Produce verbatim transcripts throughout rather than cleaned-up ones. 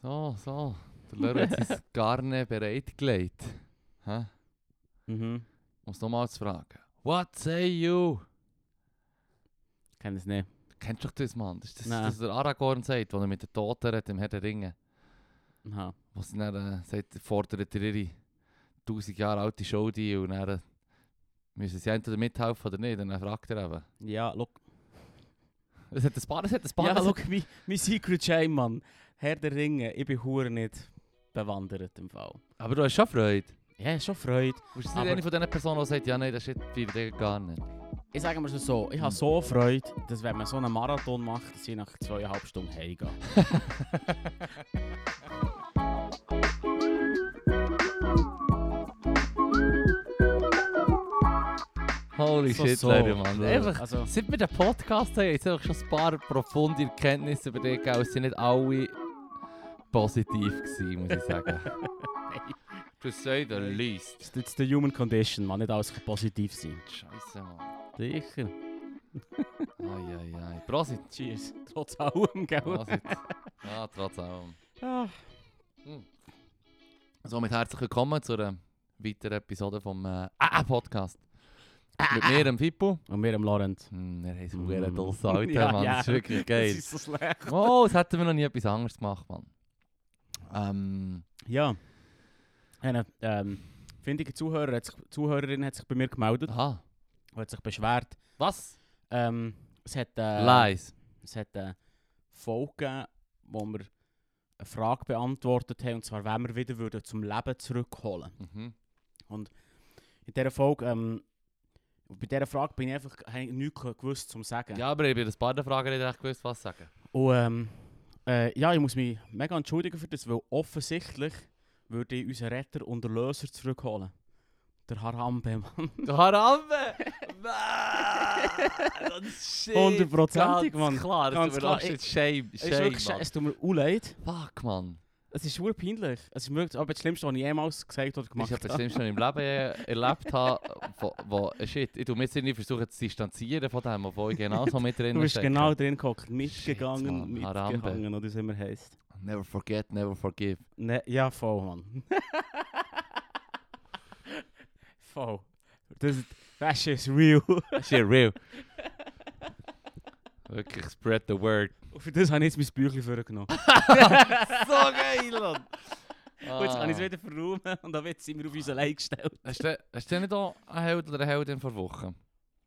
So, so. Der Lehrer hat sein Garne bereitgelegt. Hä? Mhm. Um es nochmal zu fragen. What say you? Ich kenne es nicht. Kennst du doch das, Mann? Das ist das, Nein. das der Aragorn sagt, wo er mit den Toten redet, im Herr der Ringe. Aha. Wo sie dann äh, sagt, fordert er ihre tausend Jahre alte Schuld ein und dann äh, müssen sie entweder mithelfen oder nicht. Und dann fragt er eben. Ja, look. Es hat ein paar, es hat ein paar. Ja, es hat- look, mein, mein Secret Shame, Mann. Herr der Ringe, ich bin hure nicht bewandert im Fall. Aber du hast schon Freude. Ja, schon Freude. Du bist nicht Aber- eine von diesen Personen, die sagt, ja nein, das ist vier gar nicht. Ich sage mir so, ich habe so Freude, dass wenn man so einen Marathon macht, dass ich nach zweieinhalb Stunden heimgehe. Holy So, shit, so. Leute, Mann. Ja. Einfach, Also- seit wir den Podcast haben, jetzt einfach schon ein paar profunde Erkenntnisse über dich gegeben. Es sind nicht alle positiv gewesen, muss ich sagen. To say the least. Das ist die Human Condition, man, nicht alles kann positiv sein. Scheiße, Mann. Sicher. Eieiei. Prosit. Cheers. Trotz allem, gell? Prosit. Ja, trotz allem. Ah. Somit herzlich willkommen zu einer weiteren Episode vom äh, A-Podcast. Mit mir, dem Fippo. Und wir am Lorenz. Hm, wir haben so Mm. mm. einen tollen Alter, Ja, Mann. ja. Das ist wirklich geil. Das ist so schlecht. Oh, das hätten wir noch nie etwas anderes gemacht, Mann. Ähm, Ja. Eine ähm, findige Zuhörer hat sich, Zuhörerin hat sich bei mir gemeldet aha. und hat sich beschwert. Was? Ähm, es hat, äh, Lies. es hat eine Folge gegeben, wo wir eine Frage beantwortet haben, und zwar, wenn wir wieder würden zum Leben zurückholen. Mhm. In dieser Folge, ähm, bei dieser Frage bin ich einfach habe ich nichts gewusst zum sagen. Ja, aber ich bin ein paar der Fragen nicht echt gewusst, was sagen. Und ähm, äh, ja, ich muss mich mega entschuldigen für das, weil offensichtlich würde ich unseren Retter und Erlöser zurückholen. Der Harambe, Mann. Der Harambe! Das ist shit! Hundertprozentig, Ganz Mann. klar, das Ganz tut mir klar. leid. Jetzt Shame, Es ist Shame, wirklich, Mann. es tut mir auch leid. Fuck, Mann. Es ist wirklich peinlich. Es ist wirklich, aber das Schlimmste, was ich jemals gesagt oder Das gemacht ist etwas habe. Schlimmste, was ich im Leben äh, erlebt habe. Wo, wo, äh, shit, ich tu mich jetzt irgendwie versuchen zu distanzieren von dem, obwohl ich genau so mit drin Du bist stecke. genau drin gehockt, mitgegangen, Mann, Harambe. mitgegangen, oder wie es immer heisst. Never forget, never forgive. Ne, ja, voll, Mann. voll. Das, that shit is real. Shit, real. Wirklich, spread the word. Und für das habe ich jetzt mein Büchlein vorgenommen. So geil, Mann! Und jetzt kann ich es wieder verräumen und dann wird sind wir auf uns allein gestellt. Hast du, hast du nicht auch einen Held oder eine Heldin vor Wochen?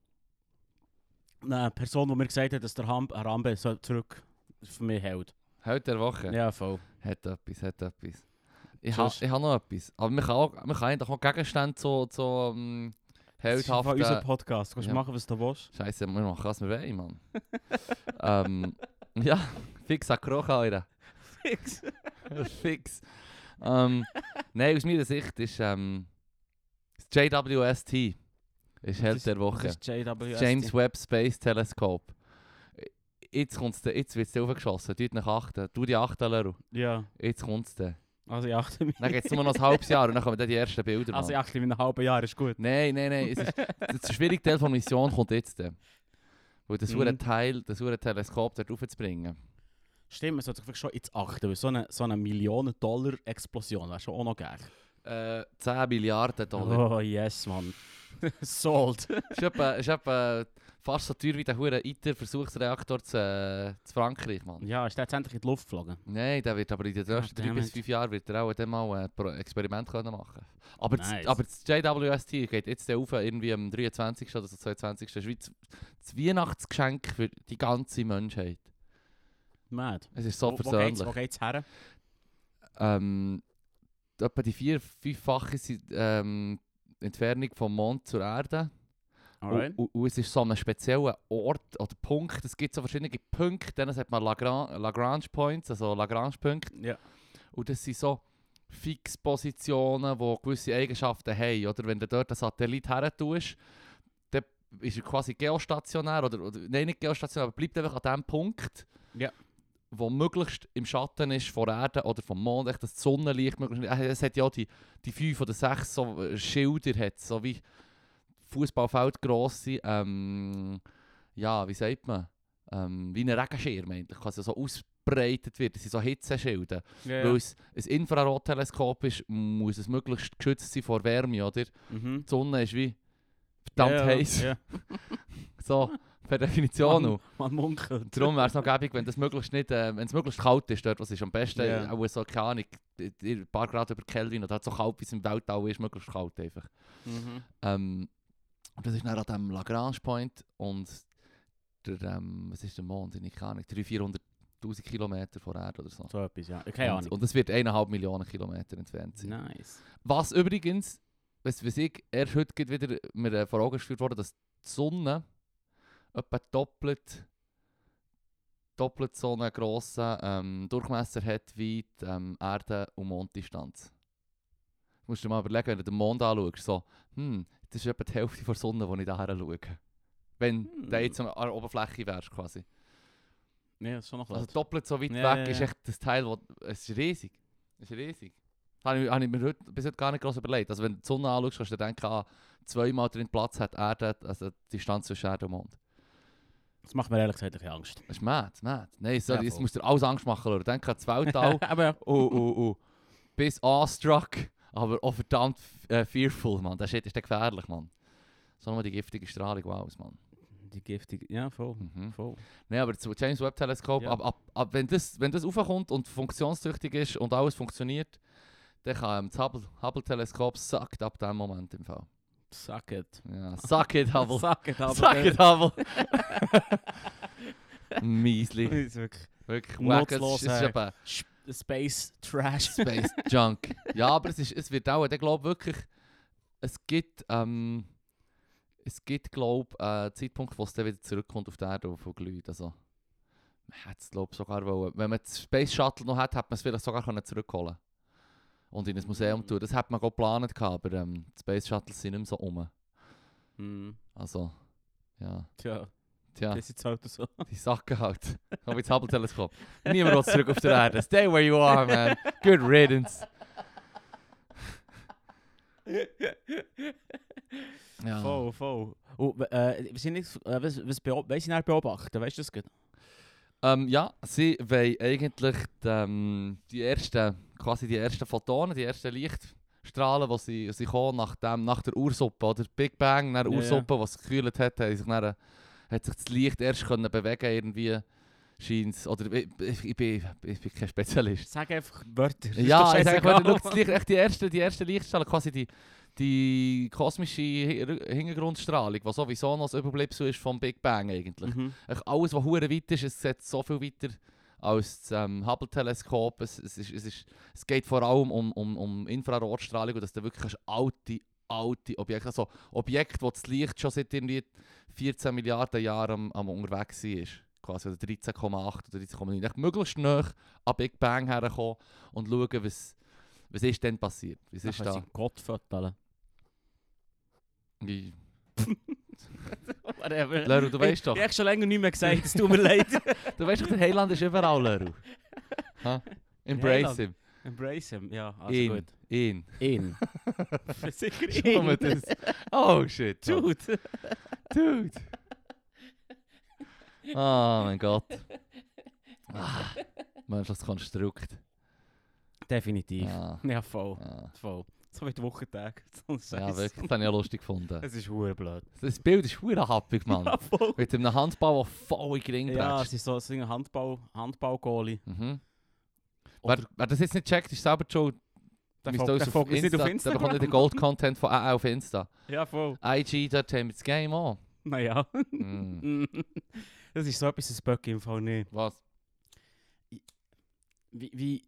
Eine Person, die mir gesagt hat, dass der Ham Harambe so zurück für mich hält. Held der Woche? Ja, voll. Hat etwas, hat etwas. Ich habe Sonst- ich ha noch etwas. Aber man kann, auch, man kann eigentlich auch Gegenstände zu, zu um, Das ist von unserem heldhaften... Podcast. Du kannst Ja. machen, was du willst. Scheiße, wir machen was wir wollen, Mann. ähm, ja, fix an Krochheuren. Fix. Fix. Ähm, Nein, aus meiner Sicht ist ähm, das J W S T ist Held der Woche. Das ist J W S. James Webb Space Telescope. Jetzt, kommt's da- jetzt wird es aufgeschossen. Dort nach achten. Du die achten, Leru. Ja, Jetzt kommt es dann. also ich achte mich. Dann geht es nur noch ein halbes Jahr und dann kommen dann die ersten Bilder. Also ich Mann. achte mich in einem halben Jahr, ist gut. Nein, nein, nein. Es ist, der schwierige Teil der Mission kommt jetzt. Dann. Weil das Mhm. mhm. Teil, das hure Teleskop dort raufzubringen. Stimmt, man sollte sich wirklich schon jetzt achten, weil so eine, so eine Millionen-Dollar-Explosion wäre schon auch noch geil. Äh, zehn Milliarden Dollar. Oh yes, Mann. Sold. ist etwa, ist etwa fast so teuer wie der hure ITER-Versuchsreaktor zu, äh, zu Frankreich, Mann. Ja, ist der jetzt endlich in die Luft geflogen? Nein, der wird aber in den nächsten drei damn bis it. fünf Jahren wird er auch dann mal ein Pro- Experiment können machen. Aber, Nice. das, aber das J W S T geht jetzt auf, irgendwie am dreiundzwanzigsten oder so zweiundzwanzigsten Schweiz. Das Weihnachtsgeschenk für die ganze Menschheit. Mad. Es ist so Wo, wo geht's, persönlich. wo geht's her? Ähm, etwa die vier, fünffache Si- ähm, Entfernung vom Mond zur Erde. Alright. Und, und, und es ist so ein spezieller Ort oder Punkt. Es gibt so verschiedene Punkte. Dann hat man Lagrange, Lagrange Points, also Lagrange-Punkte. Ja. Und das sind so Fixpositionen, die gewisse Eigenschaften haben. Oder wenn du dort einen Satellit her tust, dann ist er quasi geostationär. Oder, oder, nein, nicht geostationär, aber bleibt einfach an dem Punkt, Ja. wo möglichst im Schatten ist von der Erde oder vom Mond, echt das Sonnenlicht möglichst. Äh, Es hat ja auch die, die fünf oder sechs so äh, Schilder, hat, so wie Fußballfeld grosse, ähm, ja, wie sagt man, ähm, wie ein Regenschirm eigentlich, quasi so aus, ausgebreitet wird. Das sind so Hitzeschilde. Ja, Weil ja. es ein Infrarotteleskop ist, muss es möglichst geschützt sein vor Wärme, oder? Mhm. Die Sonne ist wie verdammt ja, heiß. Ja. So, per Definition. Man, auch. man munkelt. Darum wäre es noch gäbig, wenn das möglichst nicht, äh, wenn es möglichst kalt ist, dort, was ist am besten, Ja. auch so, keine Ahnung, ein paar Grad über Kelvin oder halt so kalt, wie es im Weltall ist, möglichst kalt einfach. Mhm. Ähm, und das ist dann an diesem Lagrange Point und der, ähm, was ist der Mond, ich keine Ahnung, dreihundert, vierhunderttausend Kilometer von Erde oder so. So etwas, ja. Keine und, Ahnung. und es wird eineinhalb Millionen Kilometer entfernt sein. Nice. Was übrigens, was, was ich erst heute gerade wieder mir äh, vor Augen geführt wurde, dass die Sonne etwa doppelt, doppelt so einen grossen ähm, Durchmesser hat wie die ähm, Erde- und Monddistanz. Du musst dir mal überlegen, wenn du den Mond anschaust, so, hm, das ist etwa die Hälfte der Sonne, die ich da her schaue. Wenn Hm. der jetzt an der Oberfläche wärst, quasi. Ja, das ist schon noch Also was. doppelt so weit Ja, weg ja, ist ja. echt das Teil, wo, es ist riesig. Es ist riesig. Das habe ich, habe ich mir heute, bis heute gar nicht groß überlegt. Also wenn du die Sonne anschaust, kannst du dir denken, ah, zweimal drin Platz hat Erde, also die Distanz zwischen Erde und Mond. Das macht mir ehrlich gesagt ein bisschen Angst. Das ist mad, mad. Nein, sorry, Ja, jetzt voll. musst du dir alles Angst machen, Leute. Denk an das Weltall. Aber ja. oh, oh, oh. Bis awestruck, aber auch verdammt äh, fearful, Mann. Der Shit ist der gefährlich, Mann. So nochmal die giftige Strahlung, wow, Mann. Die giftige. Ja, voll. Mhm. voll. Nein, aber das James Webb Teleskop, Ja. ab, ab, ab, wenn das, wenn das raufkommt und funktionstüchtig ist und alles funktioniert, dann kann ähm, das Hubble, Hubble Teleskop suckt ab dem Moment im Fall. Suck it. Ja, suck it, Hubble. Suck it, aber. Suck it, Hubble. Miesli. Das ist wirklich Wirklich wack. Es Nutzlos, ist, es ist ey. eben Sp- Space Trash. Space Junk. Ja, aber es, ist, es wird auch, ich glaube wirklich, es gibt, ähm, es gibt, glaube ich, einen Zeitpunkt, wo es dann wieder zurückkommt auf die Erde und von Leuten. Also, man hätte es, glaube ich, sogar wollen. Wenn man das Space Shuttle noch hat, hätte man es vielleicht sogar können zurückholen und in ein Museum tun. Das hat man auch geplant, gehabt, aber ähm, die Space Shuttles sind nicht mehr so rum. Hm. Also, ja, Tja, tja, das ist jetzt halt so. die Sachen halt. So wie das Hubble-Teleskop. Niemand will zurück auf die Erde. Stay where you are, man. Good riddance. Ja. Voll, voll. Und, äh, wir sind nicht, äh, was, was beob weiss ich nicht beobachten, weißt du das gut? Ähm, ja, sie wollen eigentlich die, ähm, die ersten, quasi die ersten Photonen, die ersten Lichtstrahlen, die sie, sie kommen nach, dem, nach der Ursuppe, oder Big Bang, nach der Ja, Ursuppe, was gekühlt hat, hat sich, dann, hat sich das Licht erst können bewegen irgendwie, scheint's. Oder ich, ich, ich, bin, ich bin kein Spezialist. Sag einfach Wörter. das ist Ja, doch ich sage, scheißegal. schau, das Licht, echt die ersten, die ersten Lichtstrahlen, quasi die, die kosmische Hi- Hintergrundstrahlung, die sowieso noch das Überbleibsel ist vom Big Bang eigentlich. Mhm. Echt alles, was hure weit ist, es sieht so viel weiter als das ähm, Hubble-Teleskop. Es, es, ist, es, ist, es geht vor allem um, um, um Infrarotstrahlung und dass du wirklich kannst alte, alte Objekte, also Objekte, wo das Licht schon seit irgendwie vierzehn Milliarden Jahren am, am unterwegs war. Quasi oder dreizehn Komma acht oder dreizehn Komma neun. Echt möglichst nah an Big Bang herkommen und schauen, was, was ist denn passiert. Was ist da? Gott föteln. Wie- Whatever. Leru, du weißt doch. Ich habe schon länger nicht mehr gesagt, es tut mir leid. Du weißt doch, der Heiland ist überall, Leru. Ha? Embrace Heiland. him. Embrace him, ja, also ihn. gut. Ihn. Ihn. Sicher Schau mal ihn. das. Oh shit. Mann. Dude. Dude. Oh mein Gott. Ah, menschliches Konstrukt. Definitiv. Ja, Ja, voll. ja. voll. So wie die Wochentag. So ein ja, Scheiß. wirklich, das habe ich auch lustig gefunden. Es ist hure blöd. Das Bild ist verdammt happig, Mann. Ja, voll. Mit einem Handball, der voll in den Ring Ja, brätscht. es ist so so ein Handball, Handball-Goalie. Mhm. Oder- Wer, wer das jetzt nicht checkt, ist selber schon. Der Müsst folgt- uns der auf folgt uns nicht auf Der Instagram. bekommt nicht den Gold-Content von A A auf Insta. Ja, voll. I G, dort haben wir das Game an. Naja. Mm. Das ist so etwas, das Böcke im Fall nicht. Was? Wie... wie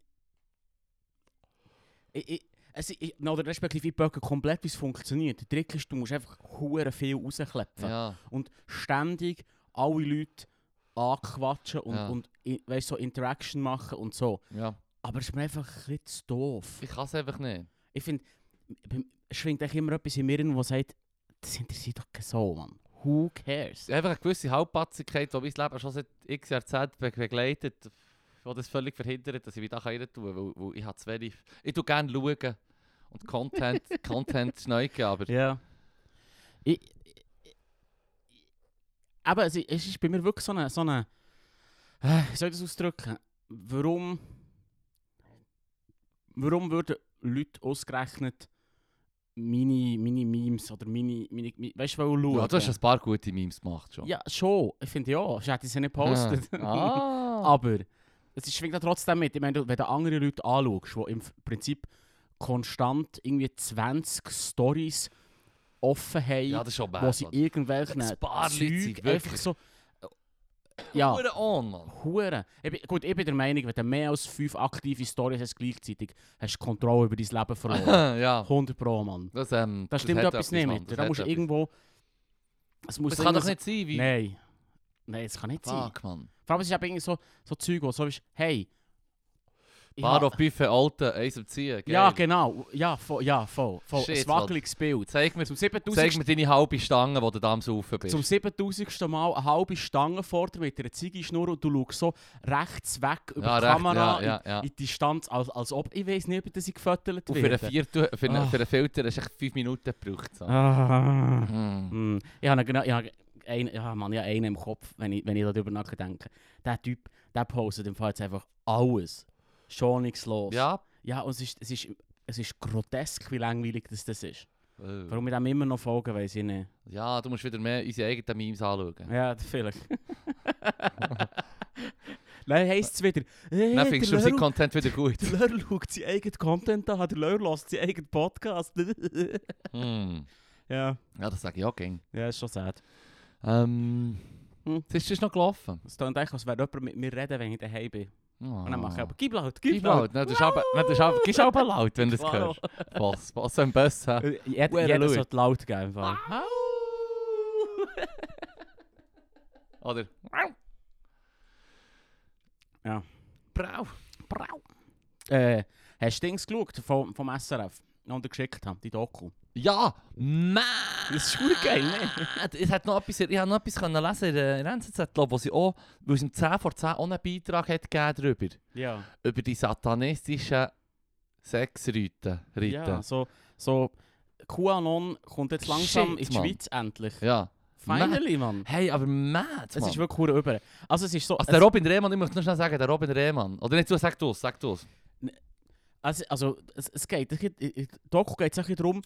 ich, ich, also ich, oder respektive wie Böcke komplett, wie es funktioniert. Der Trick ist, du musst einfach hure viel rausklepfen. Ja. Und ständig alle Leute anquatschen und, Ja. und i- weißt, so Interaction machen und so. Ja. Aber es ist mir einfach ein bisschen zu doof. Ich kann es einfach nicht. Ich finde, es schwingt eigentlich immer etwas in mir, das sagt, das interessiert doch keinen so, Mann. Who cares? Einfach eine gewisse Halbpatzigkeit, die mein Leben schon seit x Jahrzehnten be begleitet, die das völlig verhindert, dass ich wieder rein tun kann, weil, weil ich habe zu wenig... Ich tue gerne schauen und Content, Content schneiden, aber... Ja. Ich, ich, aber es, es ist bei mir wirklich so eine... So eine äh, wie soll ich das ausdrücken? warum, warum würden Leute ausgerechnet meine, meine Memes oder meine, meine, meine weißt du, schauen? Ja, du hast ein paar gute Memes gemacht schon. Ja, schon. Ich finde ja, ich hätte sie nicht gepostet. Ah. Aber es schwingt ja trotzdem mit. Ich meine, wenn du andere Leute anschaust, die im Prinzip konstant irgendwie zwanzig Stories offen haben, Ja, das ist schon bad. wo sie irgendwelchen Ein paar Zeug Leute, einfach wirklich. so... Ja, Hure on, Mann. Hure. Ich bin, gut, ich bin der Meinung, wenn du mehr als fünf aktive Stories hast gleichzeitig, hast du Kontrolle über dein Leben verloren. ja, hundert Pro, Mann. das, ähm, Da stimmt hat etwas nicht Mann. mit. Das Da hat musst du etwas. irgendwo... Es muss Das kann doch irgendwie nicht sein, wie... so- Nein. Nein, das kann nicht sein. Fuck, Mann. Vor allem es ist eben irgendwie so, so Zeug, wo so ist, hey... ich Bar ha- auf Buffet Alten, eins am Ziehen. Geil. Ja, genau. Ja, voll. Ja, voll, voll. Shit, Ein wackeliges Bild. Zeig mir, Zum zeig siebentausendsten mir deine halbe Stange, wo du da am Saufen bist. Zum siebentausendsten Mal eine halbe Stange vor dir mit einer Zigischnur und du schaust so rechts weg über ja, die recht, Kamera ja, ja, ja. in, in die Distanz, als, als ob ich weiß nicht, ob das gefüttert Und für einen, wird. Viertel, für, einen, Ah. für einen Filter hast du echt fünf Minuten gebraucht. So. Ah. Hm. Hm. Ich habe genau, ich habe einen, ja, Mann, ich habe einen im Kopf, wenn ich, wenn ich darüber nachdenke. Der Typ, der postet im Fall jetzt einfach alles. Schonungslos. Ja. Ja, und es ist, es, ist, es ist grotesk, wie langweilig das, das ist. Äh. Warum wir dem immer noch folgen, weiß ich nicht. Ja, du musst wieder mehr unsere eigenen Memes anschauen. Ja, vielleicht. Nein, heisst es wieder. Hey, Dann findest du der unseren Lörl- Content wieder gut. Der Lörl schaut seinen eigenen Content an, der Lörl hört seinen eigenen Podcast. Hm. ja, Ja, das sage ich auch gerne. ja, ist schon sad. Ähm, Hm. Es ist noch gelaufen. Es klingt eigentlich, als wäre jemand mit mir reden, wenn ich daheim bin. Oh. Und dann mache ich aber, gib laut, Gib gib laut. laut. Nein, das ist aber, nein, das ist aber, gibst aber laut, wenn du das Claro. hörst. Was? Was so ein Bus, hä? Äh, Jeder, Hure jeder laut. sollte laut geben. im Fall. Oder? Ja. Brau. Brau. Äh, hast du Dings geschaut vom, vom S R F? Und er geschickt haben, die Doku. Ja, man! Das ist schon geil, ne? Es hat noch etwas, ich habe noch etwas können lesen in der in der N Z Z, glaub, wo sie auch, weil es im zehn vor zehn auch einen Beitrag hat gegeben darüber. Ja. Über die satanistischen Sexriten. Riten. Ja, so, so QAnon kommt jetzt langsam Shit, in die Mann. Schweiz endlich. Ja. Finally, Mann. Hey, aber mad, Es Mann. ist wirklich hure über. Also es ist so... Also es, der Robin Rehmann, ich möchte noch schnell sagen, der Robin Rehmann. Oder nicht, du, sag du es, sag du es. also, also es, es geht, in der Doku geht es darum,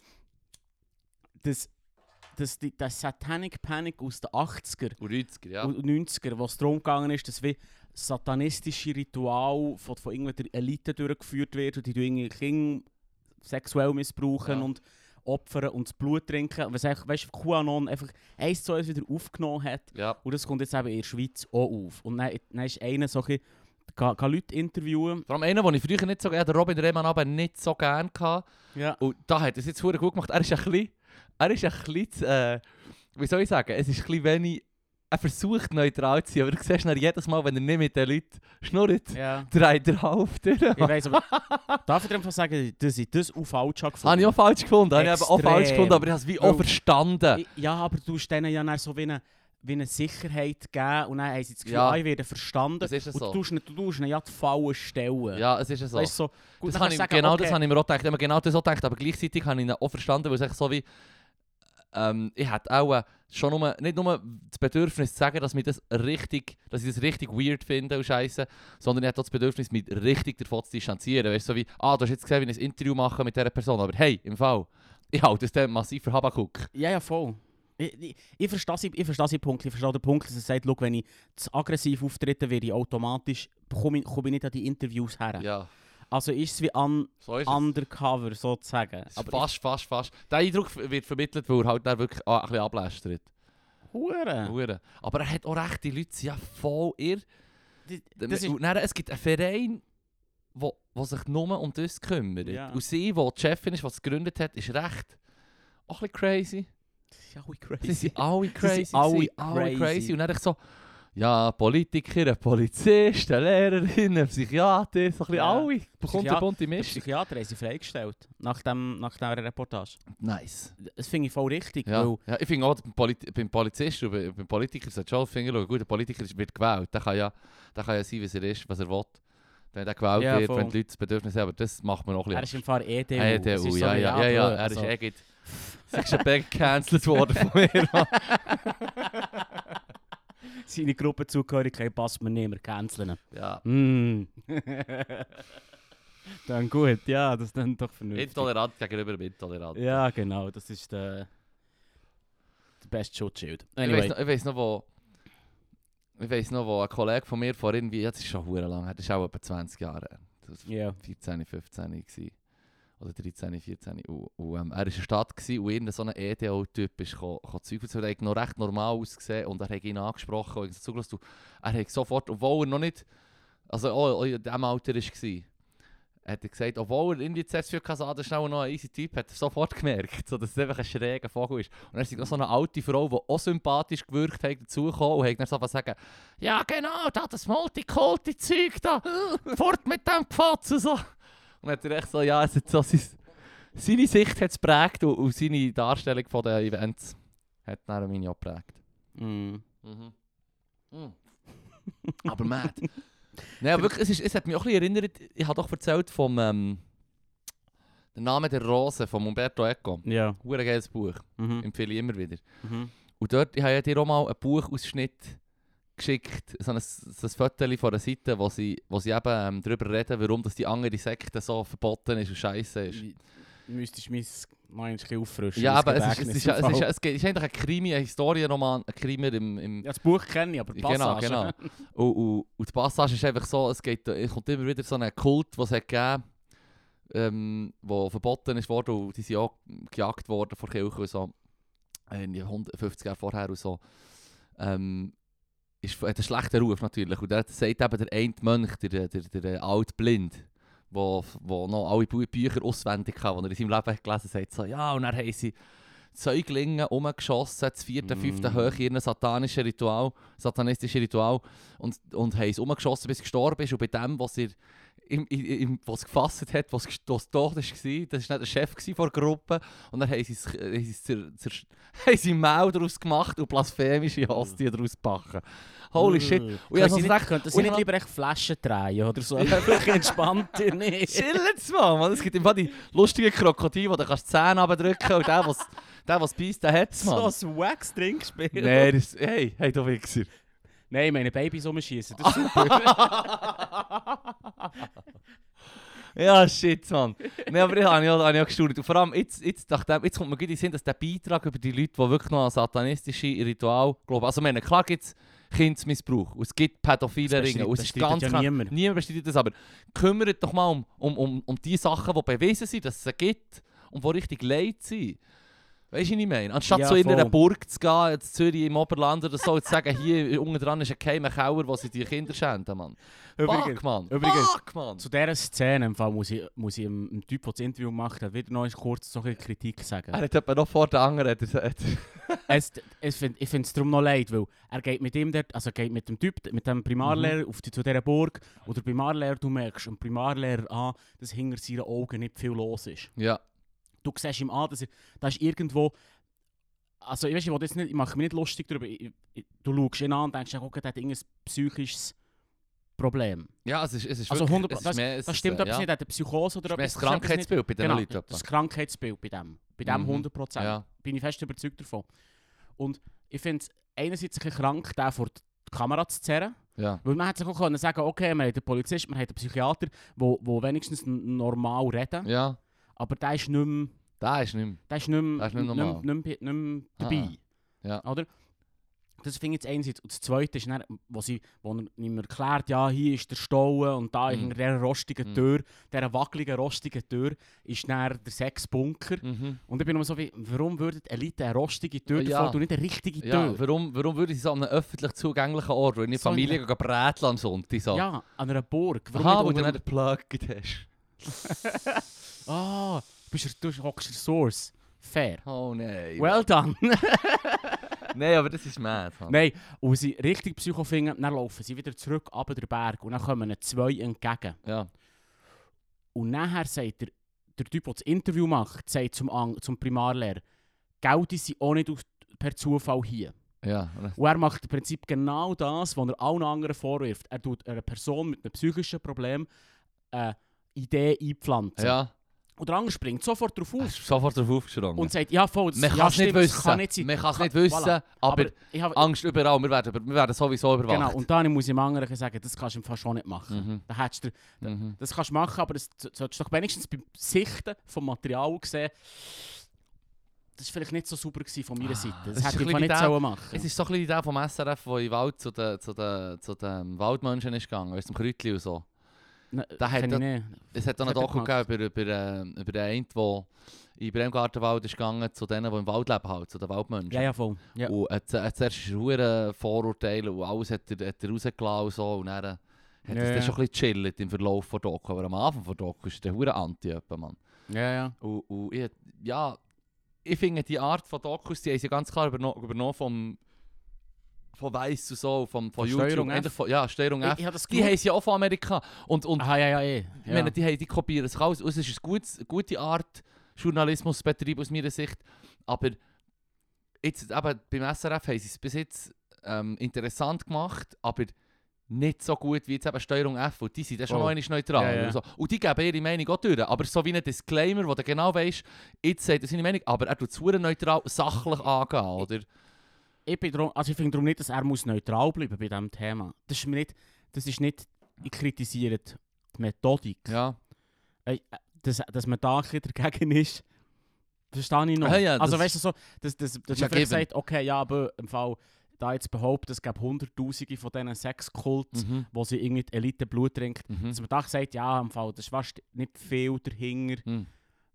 dass, dass die, der Satanic Panic aus den achtziger Und neunziger, ja. und neunziger, wo es darum gegangen ist, dass wie satanistische Rituale von, von irgendwelcher Elite durchgeführt werden und die irgendwie Kinder sexuell missbrauchen Ja. und opfern und das Blut trinken. Und was eigentlich, weißt du, QAnon einfach eins zu eins wieder aufgenommen hat. Ja. Und das kommt jetzt eben in der Schweiz auch auf. Und dann, dann ist einer so ein bisschen, kann, kann Leute interviewen. Vor allem einer, den ich früher nicht so gerne, der Robin Rehmann aber nicht so gerne hatte. Ja. Und da hat er es jetzt verdammt gut gemacht. Er ist ein bisschen, er ist ein bisschen, zu, äh, wie soll ich sagen, es ist ein bisschen wenig, er versucht neutral zu sein, aber du siehst dann jedes Mal, wenn er nicht mit den Leuten schnurrt, Ja. dreht er halb durch. Ich weiss, aber darf ich dir einfach sagen, dass ich das auch falsch habe gefunden? Habe ich auch falsch gefunden, habe ich eben auch Extrem. falsch gefunden, aber ich habe es wie auch Weil- verstanden. Ich- Ja, aber du hast denen ja dann so wie eine, wie eine Sicherheit gegeben und dann haben sie das Gefühl, Ja. ah, ich werde verstanden. Das ist es und so. du tust ihnen, du tust ihnen ja die Fallen stellen. Ja, es ist ja so. Weißt du, so gut, Das dann habe kannst ich, du sagen, genau okay, das habe ich mir auch gedacht. Ich habe mir genau das auch gedacht, aber gleichzeitig habe ich ihn auch verstanden, weil es echt so wie... Ähm, ich hätte auch äh, schon nur, nicht nur das Bedürfnis zu sagen, dass, mich das richtig, dass ich das richtig weird finde und scheiße, sondern ich hätte auch das Bedürfnis, mich richtig davon zu distanzieren. Weißt du, so wie, ah, du hast jetzt gesehen, wie ich ein Interview mache mit dieser Person, aber hey, im Fall, ich halte das dann massiv für Habakuk. Ja, ja, voll. Ich, ich, ich verstehe sie- ich verstehe den Punkt. Ich verstehe den Punkt, dass er sagt, schau, wenn ich zu aggressiv auftrete, werde ich automatisch, komme ich, komme ich nicht an die Interviews her. Ja, Also ist es wie un, so ist es. undercover sozusagen. Es ist Aber fast, fast, fast. Der Eindruck wird vermittelt, weil er halt dann wirklich ah, ein bisschen ablästert. ich, Hure. Hure. Aber er hat auch recht, die Leute sind ja voll irr. Die- Das ist, Und dann, es gibt einen Verein, wo, wo sich nur um das kümmert. Ja. Und sie, die die Chefin ist, die es gegründet hat, ist recht auch ein bisschen crazy. ja, wie Sie crazy. sind alle crazy. alle sie sind alle crazy. crazy. Und dann ich so, ja, Politiker, Polizist, Lehrerin, Psychiater, so ein bisschen Ja. alle. Bekommt eine Psychiat- bunte Der Mischung. Psychiater haben sie freigestellt, nach, dem, nach dieser Reportage. Nice. Das finde ich voll richtig, Ja. weil Ja, ich finde auch, beim, Polit beim Polizist und bei- beim Politiker sollte schon finden, schau, gut, der Politiker ist- wird gewählt. Der kann, ja, der kann ja sein, was er ist, was er will. Wenn er gewählt Ja, wird, voll. wenn die Leute das Bedürfnis haben. Aber das macht man auch ein er bisschen. ist im Fall E D U. E Es D ist U, so ja, wie, ja, ja, ja, blöd, er ist also. eh gut. Sie ist schon gecancelt worden von mir. Mann. Seine Gruppenzugehörigkeit passt mir nicht mehr, canceln. Ja. Mm. Dann gut, ja, das ist dann doch vernünftig. Intolerant gegenüber dem Intolerant. Ja, genau, das ist der, der beste Schutzschild. Ich Anyway. weiss noch, ich weiss noch, wo... Ich weiss noch, wo ein Kollege von mir vor irgendwie... Das ist schon verdammt lang her, das ist auch etwa zwanzig Jahre her. Das war Ja. vierzehn, fünfzehn gewesen. Oder dreizehn, vierzehn. Und, und, ähm, er war in der Stadt gewesen, und irgendein so ein E D O-Typ ist gekommen, Zeug erzählen. Er hat noch recht normal ausgesehen und er hat ihn angesprochen und so zugelassen. Er hat sofort, obwohl er noch nicht... Also auch in diesem Alter war, hat er gesagt, obwohl er irgendwie zuerst für Kasade schnell noch ein easy Typ hat, er sofort gemerkt, so, dass es einfach ein schräger Vogel ist. Und dann ist noch so eine alte Frau, die auch sympathisch gewirkt hat, dazugekommen und hat dann so sagen, ja genau, da das Multikulti-Zeug da, fort mit dem Pfatzen so. Und dann hat er echt so, ja, es hat so sein, seine Sicht hat es geprägt und, und seine Darstellung von den Events hat dann meine auch geprägt. Mm. Mhm. Mhm. Aber mad. Nein, aber wirklich, es, ist, es hat mich auch ein bisschen erinnert, ich habe doch erzählt vom ähm, «Der Name der Rose» von Umberto Eco. Ja. Ein geiles Buch, Mhm. empfehle ich immer wieder. Mhm. Und dort, ich habe ja dir auch mal einen Buchausschnitt geschickt, so ein, so ein Foto von einer Seite, wo sie, wo sie eben ähm, darüber reden, warum das die andere Sekte so verboten ist und scheiße ist. Müsstest du mein Mind ein bisschen auffrischen. Ja, das aber es ist, Gedächtnis es, ist, im es, ist, Fall. es, geht- es ist eigentlich ein Krimi, ein Historienroman, ein Krimi im... im Ja, das Buch kenne ich, aber die Genau, Passage. genau. Und, und, und die Passage ist einfach so, es, geht, es kommt immer wieder so ein Kult, den es hat gegeben, ähm, wo verboten ist worden und die sind auch gejagt worden vor Kirche und so, irgendwie hundertfünfzig Jahre vorher und so. Ähm, ist, hat einen schlechten Ruf natürlich und der sagt eben der eine Mönch, der, der, der, der Altblind, wo, wo noch alle Bü Bücher auswendig kann, die er in seinem Leben hat gelesen hat, sagt so, ja, und dann haben sie Säuglinge umgeschossen, das vierte, fünfte Mm. hoch in ein satanisches Ritual, satanistisches Ritual und, und haben es umgeschossen, bis es gestorben ist und bei dem, was er im, im, im, was gefasst hat, was was tot war, das war nicht der Chef von der Gruppe und dann haben sie es- haben sie es zer- zer- haben sie Maul daraus gemacht und blasphemische Hostien daraus gebacken. Holy shit. Und ich Könnten habe sie so nicht, gedacht, könnten sie und ich nicht hab- lieber echt Flaschen drehen oder so? Einfach entspannter, nicht? Chillen's mal, Mann. Es gibt immer die lustigen Krokodile, wo du kannst die Zähne abdrücken und der, was der, was beißt, der hat's, Mann. So ein Wax-Trinkspiel. Nein, das, hey, hey, du Wichser. Nein, meine Babys umschießen, das ist super. Ja, shit, Mann. Nein, aber ich habe ja, habe ja gestaunt. Und vor allem, jetzt, jetzt, nachdem, jetzt kommt mir gut in den Sinn, dass der Beitrag über die Leute, die wirklich noch an satanistische Ritual glauben. Also, ich meine, klar gibt es Kindesmissbrauch und es gibt pädophile Das Ringe. Und es ist bestreitet ganz ja klar, niemand. niemand bestreitet das, aber kümmert doch mal um, um, um, um die Sachen, die bewiesen sind, dass es sie gibt und die richtig leid sind. Weißt du, was ich meine? Anstatt Ja, so in einer voll. Burg zu gehen, jetzt Zürich im Oberland oder so, und zu sagen, hier unten dran ist ein geheimer Keller, wo sie die Kinder schänden, Mann. Übrigens, Fuck, Mann. übrigens- Fuck, Mann. zu dieser Szene im Fall muss ich, muss ich dem, dem Typ, der das Interview gemacht hat, wieder noch kurz so eine Kritik sagen. Er hat etwa noch vor den anderen gesagt. es, es find, ich finde es darum noch leid, weil er geht mit ihm dort, also er geht mit dem Typ, mit dem Primarlehrer auf die, zu dieser Burg und der Primarlehrer, du merkst dem Primarlehrer an, dass hinter seinen Augen nicht viel los ist. Ja. Du siehst ihm an, dass er, da ist irgendwo, also ich weiß, ich, will jetzt nicht, ich mache mich nicht lustig darüber, ich, ich, du schaust ihn an und denkst, okay, der hat irgendein psychisches Problem. Ja, es ist, es ist Also wirklich... hundert es ist das, mehr, es das ist, stimmt äh, etwas ja. nicht, er hat eine Psychose oder Das ist etwas. mehr das das ist etwas nicht- Krankheitsbild bei diesen Genau, Leuten. etwa. das Krankheitsbild bei dem. Bei dem Mhm. hundert Prozent. Ja. Bin ich fest überzeugt davon. Und ich finde es einerseits ein bisschen krank, den vor die Kamera zu zerren. Ja. Weil man hätte sich auch können sagen, okay, wir haben den Polizist, wir haben den Psychiater, wo, wo wenigstens n- normal reden. Ja. Aber der ist nicht mehr, Da ist nicht mehr. der ist nicht mehr, Der ist nicht nicht normal. mehr, nicht mehr, nicht mehr dabei. Ja. Oder? Das finde ich jetzt einerseits. Und das Zweite ist, dann, wo, sie, wo er ihm erklärt, ja, hier ist der Stau und da Mhm. hinter dieser rostigen Mhm. Tür, dieser wackeligen, rostigen Tür, ist dann der Sexbunker. Mhm. Und ich bin immer so wie, warum würde die Elite eine rostige Tür Ja. davor und nicht eine richtige Ja, Tür? warum, warum würde ich so an einem öffentlich zugänglichen Ort, wo ich So Familie eine- gehen bräteln am Sonntag so? Ja, an einer Burg. Warum Aha, nicht wo du unter- nicht den Plug hast. Ah, du, bist, du hockst der Source. Fair. Oh nein. Well done. Nein, aber das ist mad. Mann. Nein, und wenn sie richtig Psycho finden, dann laufen sie wieder zurück ab den Berg und dann kommen ihnen zwei entgegen. Ja. Und nachher sagt der, der Typ, der das Interview macht, sagt zum, Ang- zum Primarlehrer, «Gell, die sind auch nicht aus, per Zufall hier.» Ja. Und er macht im Prinzip genau das, was er allen anderen vorwirft. Er tut einer Person mit einem psychischen Problem eine Idee einpflanzen. Ja. Und Und der andere springt sofort drauf Er auf. ist sofort darauf aufgesprungen. Und sagt, ja voll, das, Man ja, kann es nicht stimmt, das wissen. kann nicht sein. Man kann es Kann- nicht wissen, voilà. aber, ich hab, Angst überall. Wir werden, über- wir werden sowieso überwacht. genau, und dann muss ich dem anderen sagen, das kannst du im Fall schon nicht machen. Mhm. Da hättest du, Mhm. das kannst du machen, aber das so- solltest du doch wenigstens beim Sichten vom Material sehen, das war vielleicht nicht so sauber gewesen von meiner Ah, Seite. das Das ist hätte ein ich bisschen einfach nicht wie sollen machen. Es ist so ein bisschen die Idee vom S R F, der in den Wald zu den, zu den, zu den Waldmenschen ist gegangen, weißt du, zum Kräutli und so. Ne, da hat kenn ich er- nicht. Es hat auch einen Was hat er Doku gegeben über, über, äh, über den einen, der in den Bremgartenwald ist gegangen, zu denen, die im Wald leben, halt, zu den Waldmenschen. Ja, ja, voll. Ja. Und äh, zu- äh, zuerst ist er hure Vorurteile und alles hat er, hat er rausgelassen und so. Und dann äh, hat Ja, es dann ja. schon ein bisschen chillt im Verlauf der Doku. Aber am Anfang der Doku ist der hure anti etwa, Mann. ja, ja. Und, und ich, ja, ich finde die Art von Dokus, die haben sie ganz klar überno übernommen vom von Weiss und so, vom, von Von YouTube. Steuerung F? Endlich Von, ja, Steuerung Ich, F. ich habe das Die haben sie auch von Amerika. Und, und Aha, ja, ja, eh. ich Ja. meine, die, haben, die kopieren sich alles. Und es ist eine gutes, gute Art, Journalismus zu betreiben aus meiner Sicht. Aber jetzt, eben, beim S R F haben sie es bis jetzt ähm, interessant gemacht, aber nicht so gut wie jetzt eben Steuerung F. Und die sind dann schon Oh. noch einmal neutral. Ja, ja. Und, so. Und die geben ihre Meinung auch durch. Aber so wie ein Disclaimer, wo du genau weißt, jetzt sagt er seine Meinung, aber er tut es verdammt neutral, sachlich angehen, oder? Ich, bin drum, also ich finde darum nicht, dass er muss neutral bleiben bei diesem Thema. Das ist mir nicht, das ist nicht, ich kritisiere die Methodik. Ja. Äh, Dass, dass man da ein bisschen dagegen ist, verstehe ich noch. Ja, ja, also das- weißt du so, dass, dass, dass ist man ja vielleicht given. sagt, okay, ja, aber im Fall, da jetzt behauptet, es gäbe Hunderttausende von diesen Sexkults, Mhm. wo sie irgendwie die Elite Blut trinkt, Mhm. dass man da sagt, ja, im Fall, das ist fast nicht viel dahinter. Mhm.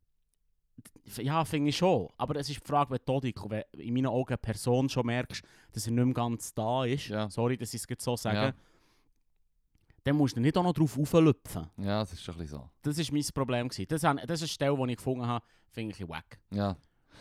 Ja, finde ich schon. Aber es ist die Frage Methodik. Und wenn in meinen Augen eine Person schon merkst, dass er nicht mehr ganz da ist, Ja. sorry, dass ich es jetzt so sage, Ja. dann musst du nicht auch noch drauf auflüpfen. Ja, das ist schon ein bisschen so. Das war mein Problem. gewesen. Das, han- das ist eine Stelle, die ich gefunden habe, finde ich wack. Ja.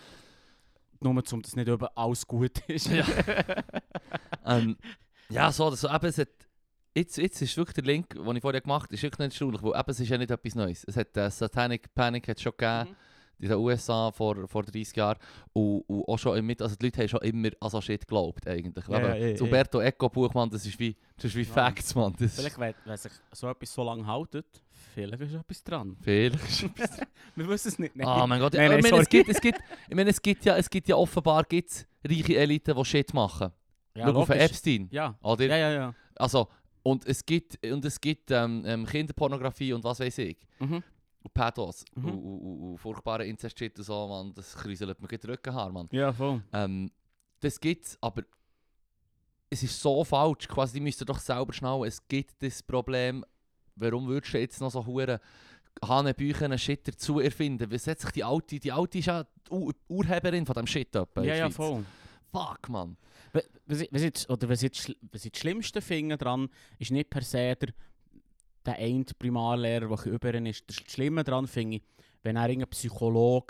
Nur um das nicht über alles gut ist. Ja. ähm, ja, so, das, so eben, es hat, jetzt, jetzt ist wirklich der Link, den ich vorher gemacht habe, ist wirklich nicht erstaunlich, weil eben, es ist ja nicht etwas Neues. Es hat äh, Satanic Panic hat schon gegeben, Mhm. in den U S A vor, vor dreißig Jahren. Und, und auch schon im Mit, also die Leute haben schon immer an so Shit geglaubt, eigentlich. Ja, Eben, ja, ja, das ja. Umberto Eco Buch, Mann, das ist wie, das ist wie Ja. Facts, Mann. Das ist Vielleicht, wenn, wenn sich so etwas so lange haltet, vielleicht ist etwas dran. viel. Wir wissen es nicht. Nein. Ah, mein Gott. Nein, nein, ich, meine, sorry. es gibt, es gibt, ich meine, es gibt ja, es gibt ja offenbar gibt's reiche Eliten, die Shit machen. Ja, Schau auf den logisch. Epstein, Ja. oder? Ja, ja, ja. Also, und es gibt, und es gibt ähm, ähm, Kinderpornografie und was weiß ich. Mhm. Und Pedos. Mhm. Und, und, und, und furchtbare Incest-Shit und so, man. Das kriselt mir den Rückenhaar, Mann. Ja, voll. Ähm, das gibt's, aber es ist so falsch. Quasi, die müssten doch selber schnallen. Es gibt das Problem. Warum würdest du jetzt noch so hure Hanebüchen Shit dazu erfinden? Was hat sich die Alte, die Alte ist ja die Ur Urheberin von diesem Shit etwa in Ja, der ja, Schweiz. voll. Fuck, Mann. Was was ich, was ich, jetzt- oder was ich, das Schl- was ich das Schlimmste finde daran, ist nicht per se der, der eine Primarlehrer, der über ihn ist. Das Schlimme daran finde ich, wenn er irgendein Psychologe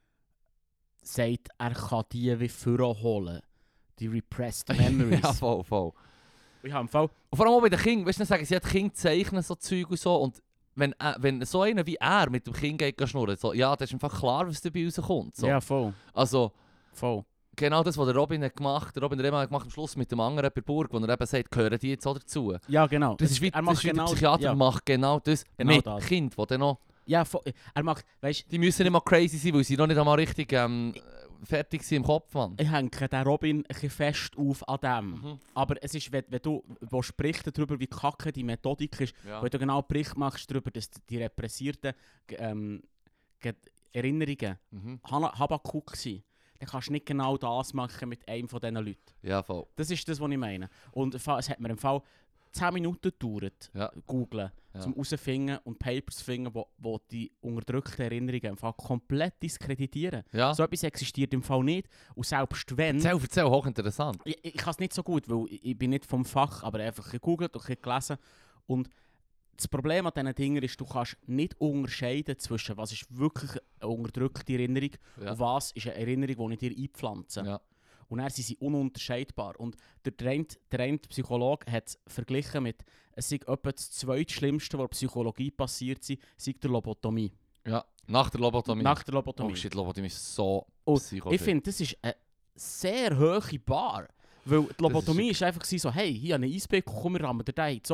sagt, er kann die wie vorholen. Die repressed memories. Ja, voll, voll. Ich habe im Fall... Und vor allem auch bei den Kindern, weißt du, dann sagen sie, ja, die Kinder zeichnen so Zeug und so. Und wenn, äh, wenn so einer wie er mit dem Kind geht schnurren, so, ja, das ist einfach klar, was dabei rauskommt. So. Ja, voll. Also, Voll. genau das, was der Robin hat gemacht, der Robin Rehmann hat gemacht am Schluss mit dem anderen bei Burg, wo er eben sagt, gehören die jetzt auch dazu. Ja, genau. Das ist wie, er das macht ist wie genau... der Psychiater ja, macht genau das Genau mit das. Kind, die dann noch, ja, voll. Er macht... Weißt die müssen nicht mal crazy sein, weil sie noch nicht einmal richtig ähm, fertig sind im Kopf, Mann. ich hänge den Robin ein bisschen fest auf an dem. Mhm. Aber es ist, wenn, wenn du wo sprichst darüber, wie kacke die Methodik ist, Ja. wenn du genau einen Bericht machst darüber, dass die repressierten ge- ähm, ge- Erinnerungen Mhm. Han- Habakuk sind, dann kannst du nicht genau das machen mit einem von diesen Leuten. Ja, voll. Das ist das, was ich meine. Und im Fall- es hat mir im Fall zehn Minuten gedauert, Ja. googlen, Ja. zum herausfinden und Papers finden, wo, wo die unterdrückten Erinnerungen im Fall komplett diskreditieren. Ja. So etwas existiert im Fall nicht. Und selbst wenn... Erzähl, erzähl, hochinteressant. Ich, ich kann es nicht so gut, weil ich, ich bin nicht vom Fach, aber einfach gegoogelt und gelesen. Und das Problem an diesen Dingen ist, du kannst nicht unterscheiden zwischen was ist wirklich eine unterdrückte Erinnerung Ja. und was ist eine Erinnerung, die ich dir einpflanze. Ja. Und dann sind sie ununterscheidbar. Und der, der, eine, der eine Psychologe hat es verglichen mit, es sei etwa das zweitschlimmste, was in der Psychologie passiert sei, sei der Lobotomie. Ja. Nach der Lobotomie. Nach der Lobotomie. Oh shit, Lobotomie ist so Und psychotisch. Ich finde, das ist eine sehr hohe Bar. Weil die Lobotomie ist- ist einfach so, hey, hier habe ich einen Eisbeck, komm, wir rammen dir den ins Auge.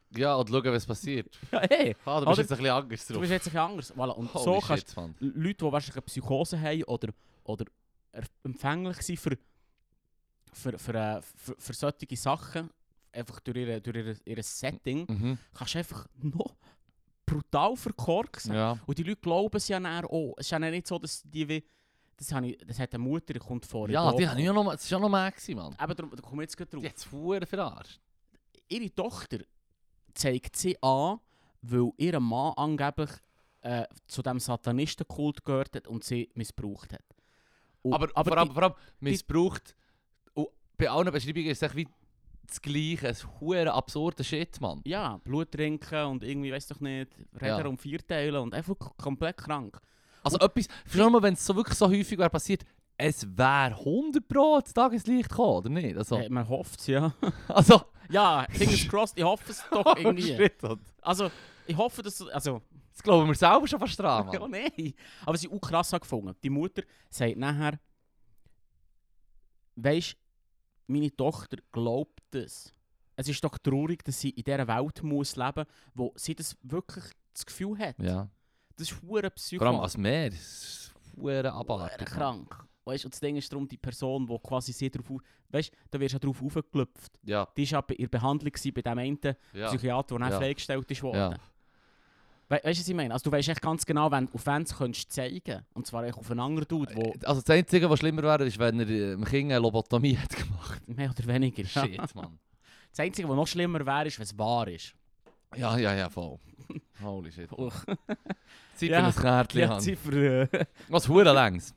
Ja, und schauen, was passiert. Ja, hey, Ah, du Oder- bist jetzt ein bisschen anders du drauf. bist jetzt ein bisschen anders. Voilà. Und Holy so kannst shit, Mann. du Leute, die wahrscheinlich eine Psychose haben oder, oder er- empfänglich sind für, für, für, äh, für, für solche Sachen, einfach durch ihr, durch ihr, ihr Setting, Mhm. kannst du einfach noch brutal verkorksen. Ja. Und die Leute glauben es ja dann auch. Es ist ja dann nicht so, dass die wie... Das, habe ich, das hat eine Mutter, die kommt vor. Ja, die haben ja noch, das war ja noch mehr, gewesen, Mann. Eben, darum, da komme ich jetzt gerade drauf. Jetzt fuhr verarscht. Ihre Tochter zeigt sie an, weil ihr Mann angeblich äh, zu diesem Satanistenkult gehört hat und sie missbraucht hat. Und, Aber, vor allem, die- vor allem missbraucht. Und bei allen Beschreibungen ist es echt wie das Gleiche. Ein hure absurder Shit, Mann. Ja, Blut trinken und irgendwie, weiß doch nicht, Räder Ja. um vier teilen und einfach k- komplett krank. Also etwas, verstehst du, wenn es so wirklich so häufig wäre passiert, es wäre hundert Pro das Tageslicht gekommen, oder nicht? Also, Äh, man hofft es, ja. also Ja, fingers crossed, ich hoffe es doch irgendwie. shit, Mann. Also, ich hoffe, dass... Also, Das glauben wir selber schon fast dran, Mann. ja, nein. Aber sie auch krass gefunden. Die Mutter sagt nachher, weisst, meine Tochter glaubt das. Es ist doch traurig, dass sie in dieser Welt muss leben, wo sie das wirklich das Gefühl hat. Ja. Das ist hure Psycho. Vor allem als Meer, das ist hure Hure abartig. Mann. krank. Weißt, und das Ding ist darum, die Person, die quasi sie drauf... au- Weißt, da wirst du ja drauf aufgeklopft. Ja, Die war ja bei ihrer Behandlung gewesen, bei dem einen ja. Psychiater, der dann Ja. freigestellt ist worden. Ja. We weißt du, was ich meine? Also, du weißt echt ganz genau, wenn du auf Fans könntest zeigen. Und zwar echt auf einen anderen Dude, der Also das Einzige, was schlimmer wäre, ist, wenn er äh, dem Kind eine Lobotomie hat gemacht. mehr oder weniger. Shit, Mann. Das Einzige, was noch schlimmer wäre, ist, wenn es wahr ist. Ja, ja, ja, voll. Holy shit. Oh. Zeit Ja, für ein Kärtchen. Ja, Mann. Ziffer. Äh, Was hure längs.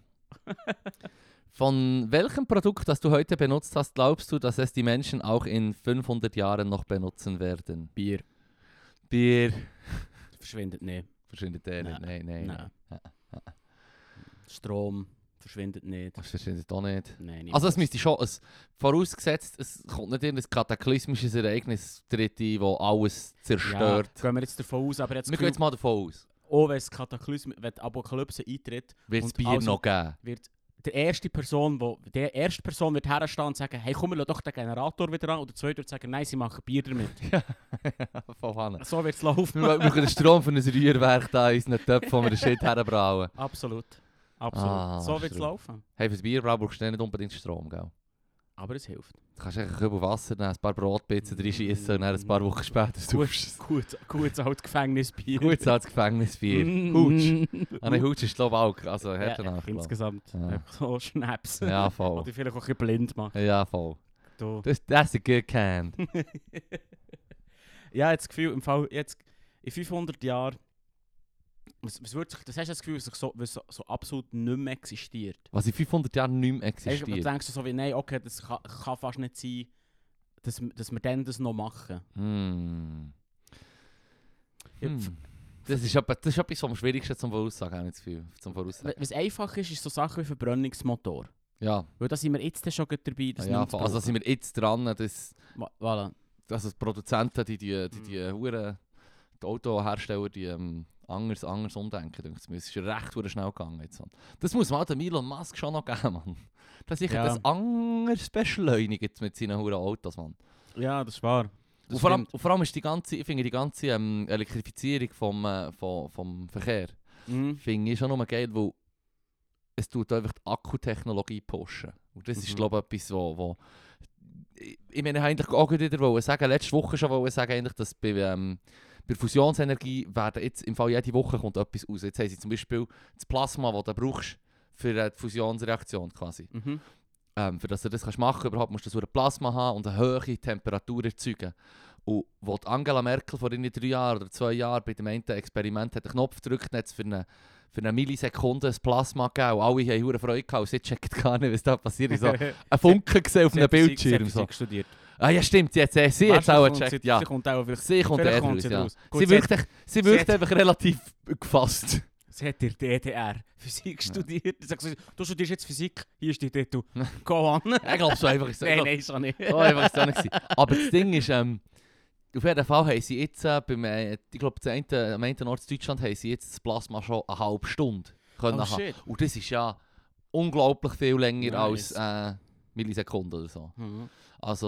Von welchem Produkt, das du heute benutzt hast, glaubst du, dass es die Menschen auch in fünfhundert Jahren noch benutzen werden? Bier. Bier. Verschwindet nicht. Verschwindet der nicht? Nein, nein. Nein. nein. Strom verschwindet nicht. Das verschwindet auch nicht. Nein, nicht. Also es müsste schon, es, vorausgesetzt, es kommt nicht irgendein kataklysmisches Ereignis tritt ein, das alles zerstört. Ja, gehen wir jetzt davon aus, aber jetzt Wir gehen jetzt mal davon aus. auch wenn es Kataklysm, wenn die Apokalypse eintritt, Wird es Und Bier also- noch geben? wird die erste Person, wo, die erste Person wird herstehen und sagen, hey, komm, wir lassen doch den Generator wieder an. Und der zweite wird sagen, nein, sie machen Bier damit. Voll Hanne. So wird es laufen. Wir brauchen den Strom für ein Rührwerk da in unseren Töpfen, wo wir den Shit herbrauen. Absolut. Absolut. Ah, so wird es Strom. laufen. Hey, fürs Bierbrauen brauchst du nicht unbedingt Strom, gell? Aber es hilft. Du kannst einfach ein Kübel Wasser nehmen, ein paar Brotpizzen reinschiessen und dann ein paar Wochen später Gut, saufst du gut, gut, alt Gefängnisbier. es. Gutes als Gefängnisbier. Mm. Hutsch. Ah nein, Hutsch ist glaube ich auch, also Ja, härter nach. insgesamt. Ja. Einfach so Schnaps. Ja, voll. Oder vielleicht auch ein bisschen blind machen. Ja, voll. Du. Das, that's a good can. Ja, jetzt das Gefühl, im Fall, jetzt in fünfhundert Jahren, was, was wird sich, das hast du das Gefühl, dass sich so, was so, so absolut nicht mehr existiert. Was in fünfhundert Jahren nicht mehr Weißt du, du existiert. denkst so wie, nein, okay, das kann, kann fast nicht sein, dass, dass wir dann das noch machen. Hm. Ja, Hm. f- Das ist, etwa, das ist etwas vom Schwierigsten zum Voraussagen, habe ich das Gefühl. Zum Voraussagen. Was einfach ist, ist so Sachen wie Verbrennungsmotor. Ja, Weil da sind wir jetzt schon gerade dabei, das ja nicht zu voll. Also da brauchen. sind wir jetzt dran, dass Wa- Voilà. also die Produzenten, die die, die, Mhm. die, Hure- die Autohersteller, die ähm, anders, anders umdenken. denke ich mir. Es ist recht hure schnell gegangen jetzt. Mann. Das muss man dem Elon Musk schon noch geben, Mann. Dass ich Ja. das anders beschleunigt mit seinen huren Autos, Mann. Ja, das ist wahr. Das Und vor, allem, stimmt. und vor allem ist die ganze, ich finde die ganze ähm, Elektrifizierung vom, äh, vom, vom Verkehr Mhm. finde ich schon noch geil, weil es tut einfach die Akkutechnologie pushen. Und das ist Mhm. glaube ich etwas, wo, wo ich, ich meine eigentlich auch wieder wollen sagen, letzte Woche schon wollen sagen, eigentlich, dass bei, ähm, bei Fusionsenergie werden jetzt im Fall jede Woche kommt etwas raus. Jetzt haben sie zum Beispiel das Plasma, das du brauchst für äh, die Fusionsreaktion quasi. Mhm. Ähm, für dass du das kannst machen überhaupt musst du so ein Plasma haben und eine hohe Temperatur erzeugen. Und wo die Angela Merkel vor in drei Jahren oder zwei Jahren bei dem einen Experiment hat den Knopf gedrückt hat, für eine, für eine Millisekunde ein Plasma gegeben und alle haben hure Freude gehabt und sie checken gar nicht, was da passiert. So ein Funken gesehen auf Sie einem hat Physik- Bildschirm. Sie So. hat Physik studiert. Ah ja stimmt, sie hat sie, sie hat's Weißt du, auch kommt gecheckt. sie- Ja. Sie kommt auch vielleicht... Sie kommt Vielleicht eher kommt raus, sie ja. draus. Gut, Sie sie wirkt, echt- sie sie wirkt hat- einfach relativ gefasst. Sie hat in der D D R Physik studiert. Sie sagt so, du studierst jetzt Physik, hier ist die Titel. Go on. Ich glaube, so einfach ist es. Nein, nein, schon nicht. So einfach ist es auch nicht gewesen. Aber das Ding ist, ähm, auf jeden Fall haben sie jetzt, äh, beim, äh, ich glaube, am einen Ort in Deutschland haben sie jetzt das Plasma schon eine halbe Stunde können Oh haben. shit. Und das ist ja unglaublich viel länger Nice. als äh, Millisekunden oder so. Mhm. Also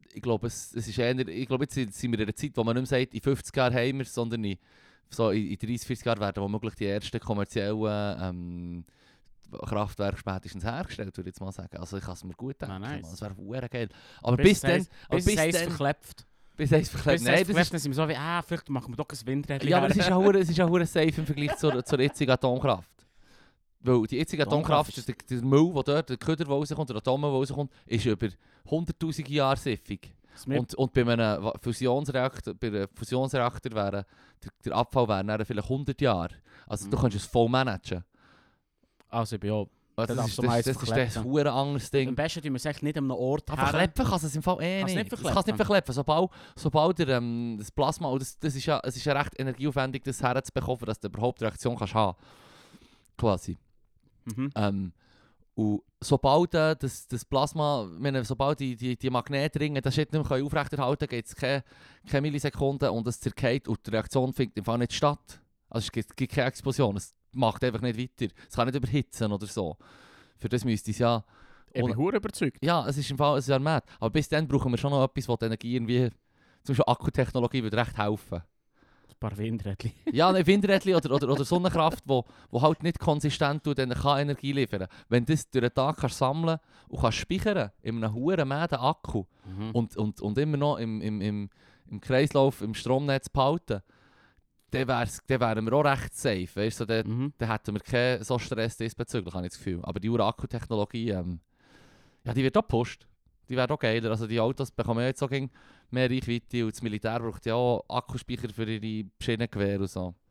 ich glaube, es, es ist eher, ich glaube, jetzt sind sind wir in einer Zeit, wo man nicht mehr sagt, in fünfzig Jahren haben wir es, sondern in, so in, in dreißig, vierzig Jahren werden womöglich die ersten kommerziellen ähm, Kraftwerke spätestens hergestellt, würde ich jetzt mal sagen. Also ich kann es mir gut denken. Ah, nice. Man. Das wäre verdammt geil. Aber Bis bis, es dann... heisst- aber Bis bis es heisst dann... verklebt. Bis es verklebt. Bis es Nein, heisst das verklebt, ist... dann sind wir so wie, ah, vielleicht machen wir doch ein Windrädchen. Ja, aber das her. ist auch hure- es ist auch hure safe im Vergleich zur, zur jetzigen Atomkraft. Weil die jetzige Atomkraft Atomkraft, der, der Müll, der dort, der Köder, der rauskommt, der Atommüll, der rauskommt, ist über hunderttausend Jahre siffig. Das mir- Und, und bei einem Wa- Fusionsreaktor, bei einem Fusionsreaktor wäre der, der Abfall wäre dann vielleicht hundert Jahre. Also du Mhm. kannst es voll managen. Also ich bin auch... Also, Dann das, darfst ist, du das, meist das, das ist verklebt, ein ja. hure anderes Ding. Am besten tun wir es echt nicht an einem Ort Aber her. verkleppen kann es im Fall eh Kann's nicht. nicht Das kann es nicht verkleppen. verkleppen. Sobald, sobald der, ähm, das Plasma, und das, das ist ja, es ist ja recht energieaufwendig, das herzubekommen, dass du überhaupt eine Reaktion kannst haben. Quasi. Mhm. Ähm, und sobald äh, das, das Plasma, ich meine, sobald die, die, die Magnetringe das Shit nicht mehr aufrechterhalten können, geht es keine, keine Millisekunden und es zerkeilt und die Reaktion findet im Fall nicht statt. Also es gibt, gibt keine Explosion, es macht einfach nicht weiter. Es kann nicht überhitzen oder so. Für das müsste es ja... Ich bin hure überzeugt. Ja, es ist im Fall es ist ja mad. Aber bis dann brauchen wir schon noch etwas, wo die Energie irgendwie... Zum Beispiel Akkutechnologie würde recht helfen. Ein paar Windrädchen. Ja, ein Windrädchen oder, oder, oder Sonnenkraft, wo, wo halt nicht konsistent tut, dann kann Energie liefern. Wenn du das durch den Tag kannst sammeln und kannst speichern in einem huren mäden Akku Mhm. und, und, und immer noch im, im, im, im Kreislauf, im Stromnetz behalten, dann, wär's, dann wären wir auch recht safe. Weißt du, dann, Mhm. dann hätten wir keinen so Stress diesbezüglich, habe ich das Gefühl. Aber die Uhr-Akkutechnologie, ähm, ja, die wird auch gepusht. Die wäre auch geiler. Also die Autos bekommen ja jetzt auch gegen mehr Reichweite und das Militär braucht ja auch Akkuspeicher für ihre Maschinengewehre und so.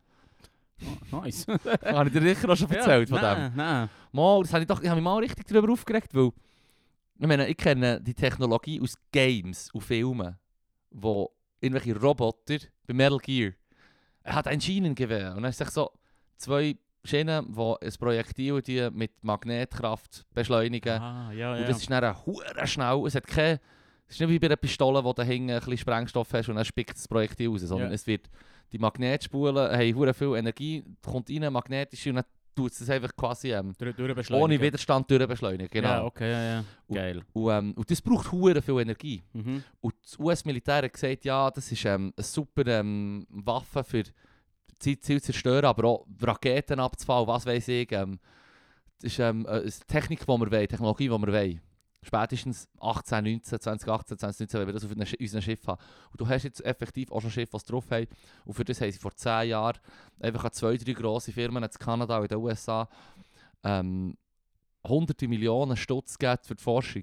Oh, nice. Habe ich dir sicher auch schon erzählt von dem? Nein, nein. Mal, das habe ich, doch, ich habe mich mal richtig darüber aufgeregt, weil ich meine, ich kenne die Technologie aus Games und Filmen, wo irgendwelche Roboter bei Metal Gear, er hat ein Schienengewehr und dann ist es so zwei Schienen, die ein Projektil die mit Magnetkraft beschleunigen. Ah, ja, Und ja. das ist dann hure schnell. Es hat keine, es ist nicht wie bei einer Pistole, wo du hinten ein bisschen Sprengstoff hast und dann spickt das Projektil raus, sondern Ja. es wird, die Magnetspulen haben hure viel Energie, kommt rein, magnetisch, und dann tut es das einfach quasi ähm, Durch, durchbeschleunigen. ohne Widerstand durchbeschleunigen. Genau. Ja, okay, ja, ja. Und- Geil. Und, ähm, und das braucht hure viel Energie. Mhm. Und das U S-Militär hat gesagt, ja, das ist ähm, eine super ähm, Waffe für Ziel Ziel zu zerstören, aber auch Raketen abzufallen, was weiß ich. Ähm, das ist ähm, eine Technik, die wir wollen, Technologie, die wir wollen. Spätestens achtzehn, neunzehn, zwanzig achtzehn, zwanzig neunzehn, wenn wir das auf unseren unseren Schiff haben. Und du hast jetzt effektiv auch schon Schiffe, die es drauf haben. Und für das haben sie vor zehn Jahren einfach an zwei, drei grosse Firmen in Kanada und in den U S A ähm, hunderte Millionen Stutz gegeben für die Forschung.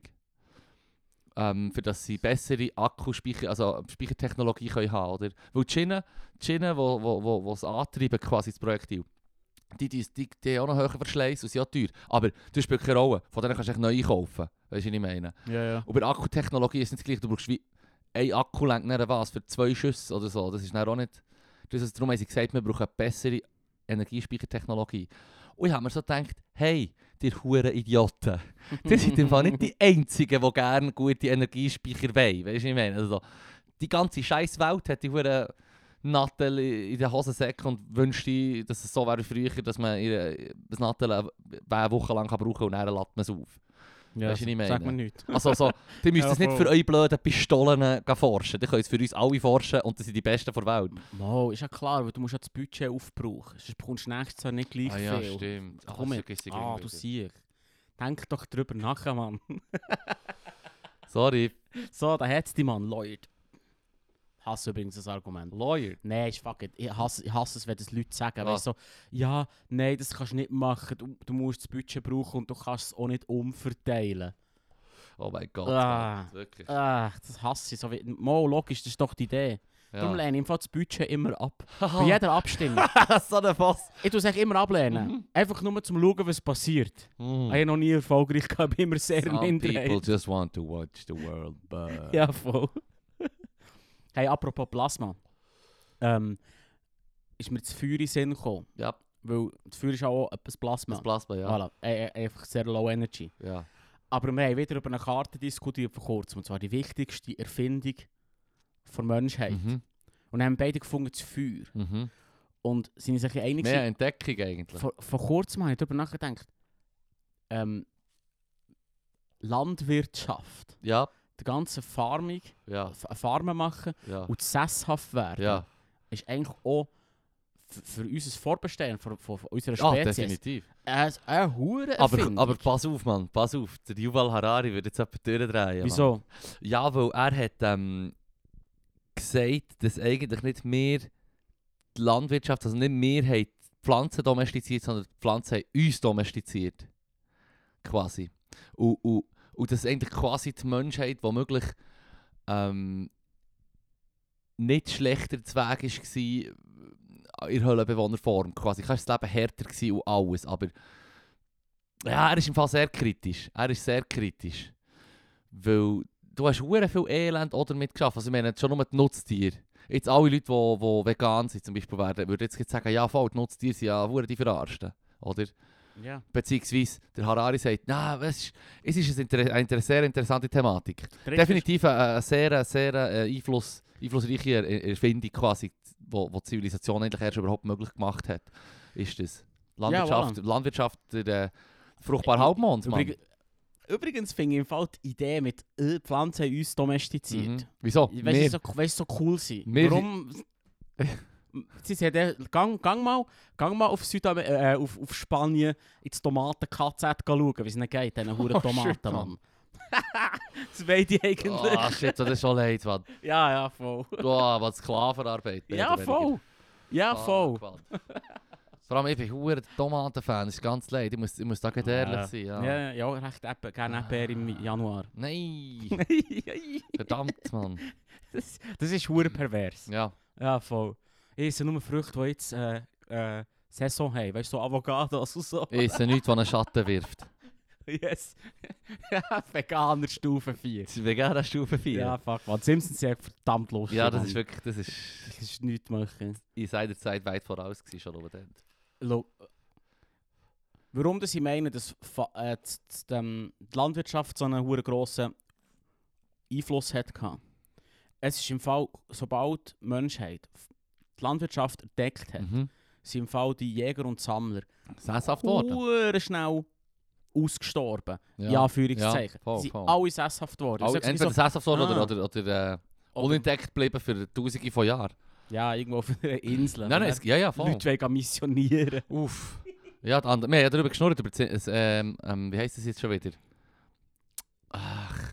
Ähm, für dass sie bessere Akkuspeicher, also Speichertechnologie können haben, oder? Weil die Schienen, die Schienen, die wo, wo, wo, wo es antreiben, quasi das Projektil, die, die, die, die haben auch noch höher Verschleiß und sind auch teuer. Aber du spielst keine Rolle. Von denen kannst du echt neu einkaufen. Weißt du, was ich meine? Ja, ja. Und bei der Akkutechnologie ist es nicht gleich. Du brauchst wie ein Akku lenkt dann was für zwei Schüsse oder so. Das ist dann auch nicht... Das ist, darum haben sie gesagt, wir brauchen eine bessere Energiespeichertechnologie. Und ich habe mir so gedacht, hey, die huren Idioten. Die sind im Fall nicht die Einzigen, die gerne gute Energiespeicher wollen. Weißt du, was ich meine? Also, die ganze scheiß Welt hat die huren Nattel in den Hosensäcken und wünschte, dass es so wäre wie früher, dass man ihre, das Nattel eine Woche lang kann brauchen kann und dann lässt man es auf. Ja, Weisst du, was ich meine? sag mir nichts. Also, so, die müsst Ja, es nicht voll. für eure blöden Pistolen äh, forschen. Die können es für uns alle forschen und das sind die Besten der Welt. Mo, ist ja klar, weil du musst ja das Budget aufbrauchen. Sonst bekommst du nächstes Jahr nicht gleich viel. stimmt. Ah, Komm jetzt. Ah, du siehst. Denk doch drüber nach, Mann. Sorry. So, da hat's die Mann, Lloyd. Ich hasse übrigens das Argument. Lawyer. Nein, ist fuck it. Ich hasse, ich hasse es, wenn das Leute sagen. Was? Weißt du, so, ja, nein, das kannst du nicht machen. Du, du musst das Budget brauchen und du kannst es auch nicht umverteilen. Oh mein Gott. Ah. Mann, wirklich. Ah, das hasse ich so. Wie, Mo, logisch, das ist doch die Idee. Darum Ja. lehne ich im Fall das Budget immer ab. Bei jeder Abstimmung. so ein Fass. Ich tue es eigentlich immer ablehnen. Mhm. Einfach nur zum schauen, was passiert. Mm. Ich habe noch nie erfolgreich gehabt, ich bin immer sehr Some Minderheit. people just want to watch the world burn. Ja, voll. Hey, apropos Plasma. Ähm, ist mir das Feuer in den Sinn gekommen. Ja, Weil das Feuer ist auch etwas Plasma. das Plasma, ja. Voilà. Äh, äh, einfach sehr low energy. ja. Aber wir haben wieder über eine Karte diskutiert vor kurzem. Und zwar die wichtigste Erfindung der Menschheit. Mhm. Und haben beide gefunden, das Feuer. Mhm. Und sind sich einig Mehr gewesen- Entdeckung eigentlich. vor, vor kurzem habe ich darüber nachgedacht. Ähm, Landwirtschaft. Ja, die ganze Farming, Ja, F- Farmen machen ja, und das sesshaft werden, ja. ist eigentlich auch f- für unser Vorbestehen, von, von, von unserer Ah, Spezies, definitiv. eine, eine hure Aber, Erfindung. aber pass auf, Mann, pass auf. Der Yuval Harari würde jetzt etwas durchdrehen. Wieso? Mann. Ja, weil er hat ähm, gesagt, dass eigentlich nicht mehr die Landwirtschaft, also nicht wir haben die Pflanzen domestiziert, sondern die Pflanzen haben uns domestiziert. Quasi. Und, und, und das ist eigentlich quasi die Menschheit, die möglich ähm, nicht schlechter zu Weg war in der Höhlenbewohnerform. Quasi. Klar war das Leben härter gewesen und alles, aber ja, er ist im Fall sehr kritisch. Er ist sehr kritisch. Weil du hast verdammt viel Elend auch damit geschafft. Also ich meine, schon nur die Nutztiere. Jetzt alle Leute, die, die vegan sind, zum Beispiel, werden, würden jetzt sagen, ja voll, die Nutztiere sind ja verdammt die Verarschten. Oder? Ja. Beziehungsweise der Harari sagt, na, es ist, es ist eine, inter eine inter sehr interessante Thematik. Dritte- Definitiv eine, eine sehr, sehr äh, Einfluss, einflussreiche Er- Erfindung quasi, wo, wo die Zivilisation eigentlich erst überhaupt möglich gemacht hat, ist das. Landwirtschaft, Landwirtschaft der äh, fruchtbare Halbmond, Mann. Übrig, übrigens finde ich im Fall die Idee mit äh, Pflanzen haben uns domestiziert. Mhm. Wieso? Weißt Wir- du, so, weißt, so cool sein? Wir- Warum? Sie sagen, gang, gang, mal, gang mal auf, Südam äh, auf, auf Spanien ins Tomaten-K Z schauen, wie es nicht geht, diesen huren Oh, Tomaten, shit, Mann. Mann. Das weiß ich eigentlich. Oh shit, das ist schon leid, Mann. Ja, ja, voll. Oh, was Sklavenarbeit. mehr Ja, oder weniger. voll. Ja, Fuck, voll. Mann. Vor allem, ich bin verdammt Tomatenfan, das ist ganz leid. Ich muss, ich muss da gerade ehrlich sein. Ja. Ja, ja, recht Erdbeer, gerne Erdbeer im Januar. Nein, verdammt, Mann. das, das ist hure pervers. Ja. Ja, voll. Ich esse nur Früchte, die jetzt äh, äh, Saison haben. Weißt du, so Avocados und so. Ich esse nichts, was einen Schatten wirft. Yes. Ja, Veganer Stufe vier. Das ist veganer Stufe vier. Ja, fuck, man. Simpsons sind verdammt lustig. Ja, das Mann. ist wirklich, das ist Das ist nichts möglich. in seiner Zeit weit voraus gewesen, schon über den. Lo- Warum das ich meine, dass fa- äh, z- z- ähm, die Landwirtschaft so einen hure grossen Einfluss hat gehabt. Es ist im Fall, sobald die Menschheit die Landwirtschaft entdeckt hat, Mhm. sind im Fall die Jäger und Sammler Sesshaft worden. hure schnell ausgestorben. Ja. Ja, Anführungszeichen. Ja, voll, Sie sind voll. alle sesshaft worden. All, Ich sag's entweder so, sesshaft worden Ah. oder, oder, oder äh, oder- unentdeckt geblieben für tausende von Jahren. ja, irgendwo auf einer Insel. Nein, nein, wo es, ja, ja, voll. Leute wollen missionieren. Uff. Ja, die andere, wir haben ja darüber geschnurrt, über Z- es, ähm, ähm, wie heisst das jetzt schon wieder? Ach.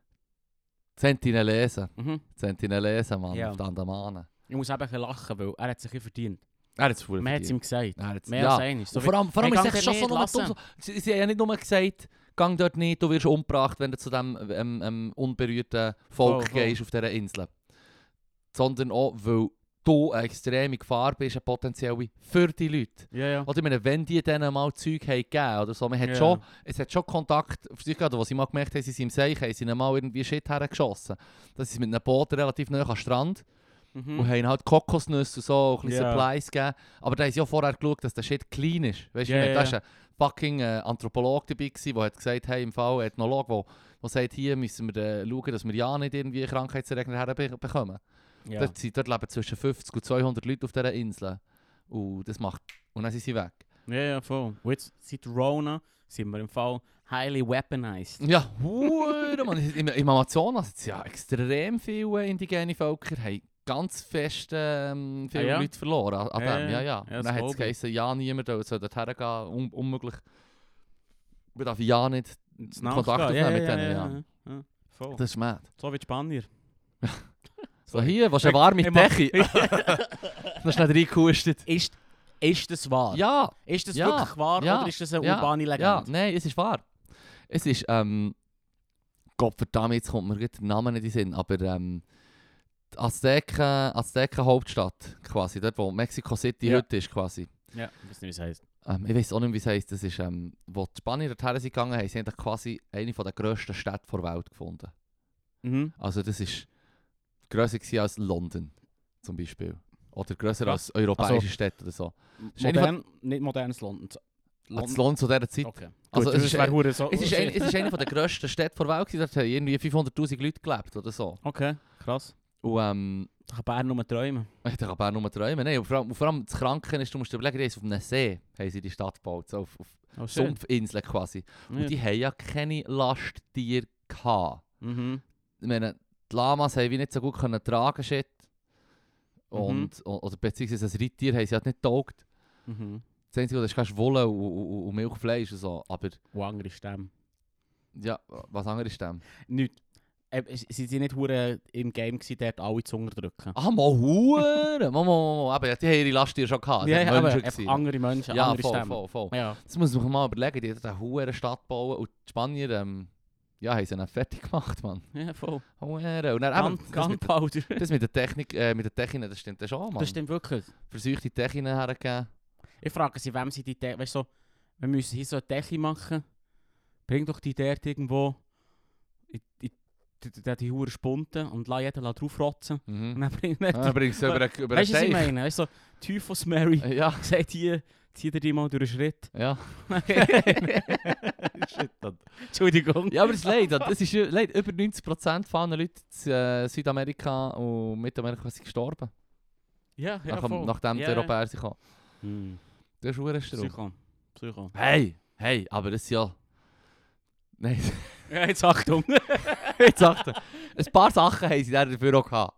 Sentinelese. Mhm. Sentinelese, Mann, Ja. auf den Andamanen. Ich muss eben ein bisschen lachen, weil er hat sich ein bisschen verdient. Er hat es vorher Man hat es ihm verdient. gesagt. Er hat's- Mehr ja. als einmal. So Und vor allem, vor allem Hey, ist gang es echt dort schon so nicht noch dumm. So. Sie, sie haben ja nicht nur gesagt, gang dort nicht, du wirst umgebracht, wenn du zu dem ähm, ähm, unberührten Volk Voll, voll. gehst auf dieser Insel. Sondern auch, weil du eine extreme Gefahr bist, eine potenzielle für die Leute. Ja, ja. Oder ich meine, wenn die denen mal Zeug haben gegeben oder so, man hat Ja. schon, es hat schon Kontakt auf sich gehabt, wo sie mal gemerkt haben, sie sind im Seich, haben sie ihnen mal irgendwie Shit hergeschossen. Das ist mit einem Boot relativ nahe am Strand Mhm. und haben halt Kokosnüsse und so, ein bisschen Ja. Supplies gegeben. Aber da haben sie auch vorher geschaut, dass der Shit clean ist. Weißt du, Ja, yeah, ja, da ja. war ein fucking äh, Anthropologe dabei, gewesen, der hat gesagt, hey, im Fall, ein Ethnologe, der, der sagt, hier müssen wir äh, schauen, dass wir ja nicht irgendwie Krankheitserreger herbekommen. Ja. Dort, sind- dort leben zwischen fünfzig und zweihundert Leute auf dieser Insel. Und das macht... Und dann sind sie weg. ja, ja, voll. Und jetzt seit Rona sind wir im Fall highly weaponized. Ja, hure, Mann. Im, Im Amazonas sind ja extrem viele indigene Völker, haben ganz fest ähm, viele Ah, ja? Leute verloren an, an Ja, dem. ja. Ja, ja. Ja, Und das dann hat es glaub ich. geheißen, ja, niemand soll dort hergehen, un unmöglich. Man darf ja nicht Das Kontakt Nachgehen. aufnehmen ja, mit ja, denen, ja, ja. ja. Ja, voll. Das ist mad. So wie die Spanier. So, hier, was eine warme Ich mach- Decke. Das ist nicht reingehustet. Ist, ist das wahr? Ja, Ist das Ja, wirklich wahr ja, oder ist das eine ja, urbane Legende? ja, nein, es ist wahr. Es ist, ähm... Gottverdammt, jetzt kommt mir gerade der Name nicht in den Sinn, aber ähm... die Azteken, Azteken Hauptstadt, quasi, dort wo Mexico City Ja. heute ist, quasi. Ja, ich weiß nicht, wie es heisst. Ähm, ich weiß auch nicht, wie es heisst. Das ist, ähm, wo die Spanier dorthin sind gegangen, haben sie eigentlich quasi eine der grössten Städte der Welt gefunden. Mhm. Also das ist grösser gewesen als London, zum Beispiel. Oder grösser Krass. als europäische Also- Städte oder so. ist eine Modern, nicht modernes London. Als London zu dieser Zeit. Okay. Also Gut, es das ist- wäre hure so. Es ist, ein, es ist eine der grössten Städte der Welt gewesen. Dort haben irgendwie fünfhunderttausend Leute gelebt oder so. Okay, krass. Und ähm... Da kann Bern nur träumen. Ich kann aber auch nur träumen. Nein, und vor, allem, und vor allem das Kranke ist, du musst dir überlegen, die haben auf einem See haben sie die Stadt gebaut, so auf, auf Oh, schön. Sumpfinseln quasi. Ja. Und die haben ja keine Lasttiere gehabt. Mhm. ich meine, die Lamas haben wie nicht so gut können tragen shit. Und, mhm. Oder beziehungsweise ein Reittier haben sie halt nicht getaugt. Mhm. Das Einzige, was du hast, ist Wolle und, und, und Milchfleisch und so. Aber... Und andere Stämme. Ja, was andere Stämme? Nicht. Äh, sind sie nicht hure im Game gewesen, dort alle zu unterdrücken? Ah, mal Huren! mal, mal, mal. Aber die haben ihre Lasttiere schon gehabt. Ja, ja, aber andere Menschen, ja, andere voll, Stämme. voll, voll. Ja. Das muss man sich mal überlegen. Die haben eine Huren Stadt bauen und die Spanier, ähm, ja, haben sie dann fertig gemacht, Mann. Ja, voll. Huren. Und dann eben, das, mit, das mit der Technik, äh, mit der Technik, das stimmt ja schon, Mann. Das stimmt wirklich. Versucht die Technik hergegeben. Ich frage sie, wem sie die Technik, weißt du, so, wir müssen hier so eine Technik machen, bring doch die dort irgendwo in, in die, die Hure spunten und lass jeden draufrotzen. Mhm. Und dann bringt er ja, bringst du über, über weißt du, was ich meine? Weißt du, so Typhus Mary, ja. sagt hier, zieh dir die mal durch den Schritt. Ja. Shit, Entschuldigung. Ja, aber es ist leid. Es ist leid. Über neunzig Prozent von allen Leuten in äh, Südamerika und Mittelamerika sind gestorben. Ja, ja, Nach, voll. Nachdem ja, die Europäer sind gekommen. Hm. Das ist verdammt Strom. Psycho. Psycho. Hey, hey, aber das ist ja... Nein. Ja, jetzt Achtung. Jetzt Achtung. Ein paar Sachen haben sie dafür auch gehabt.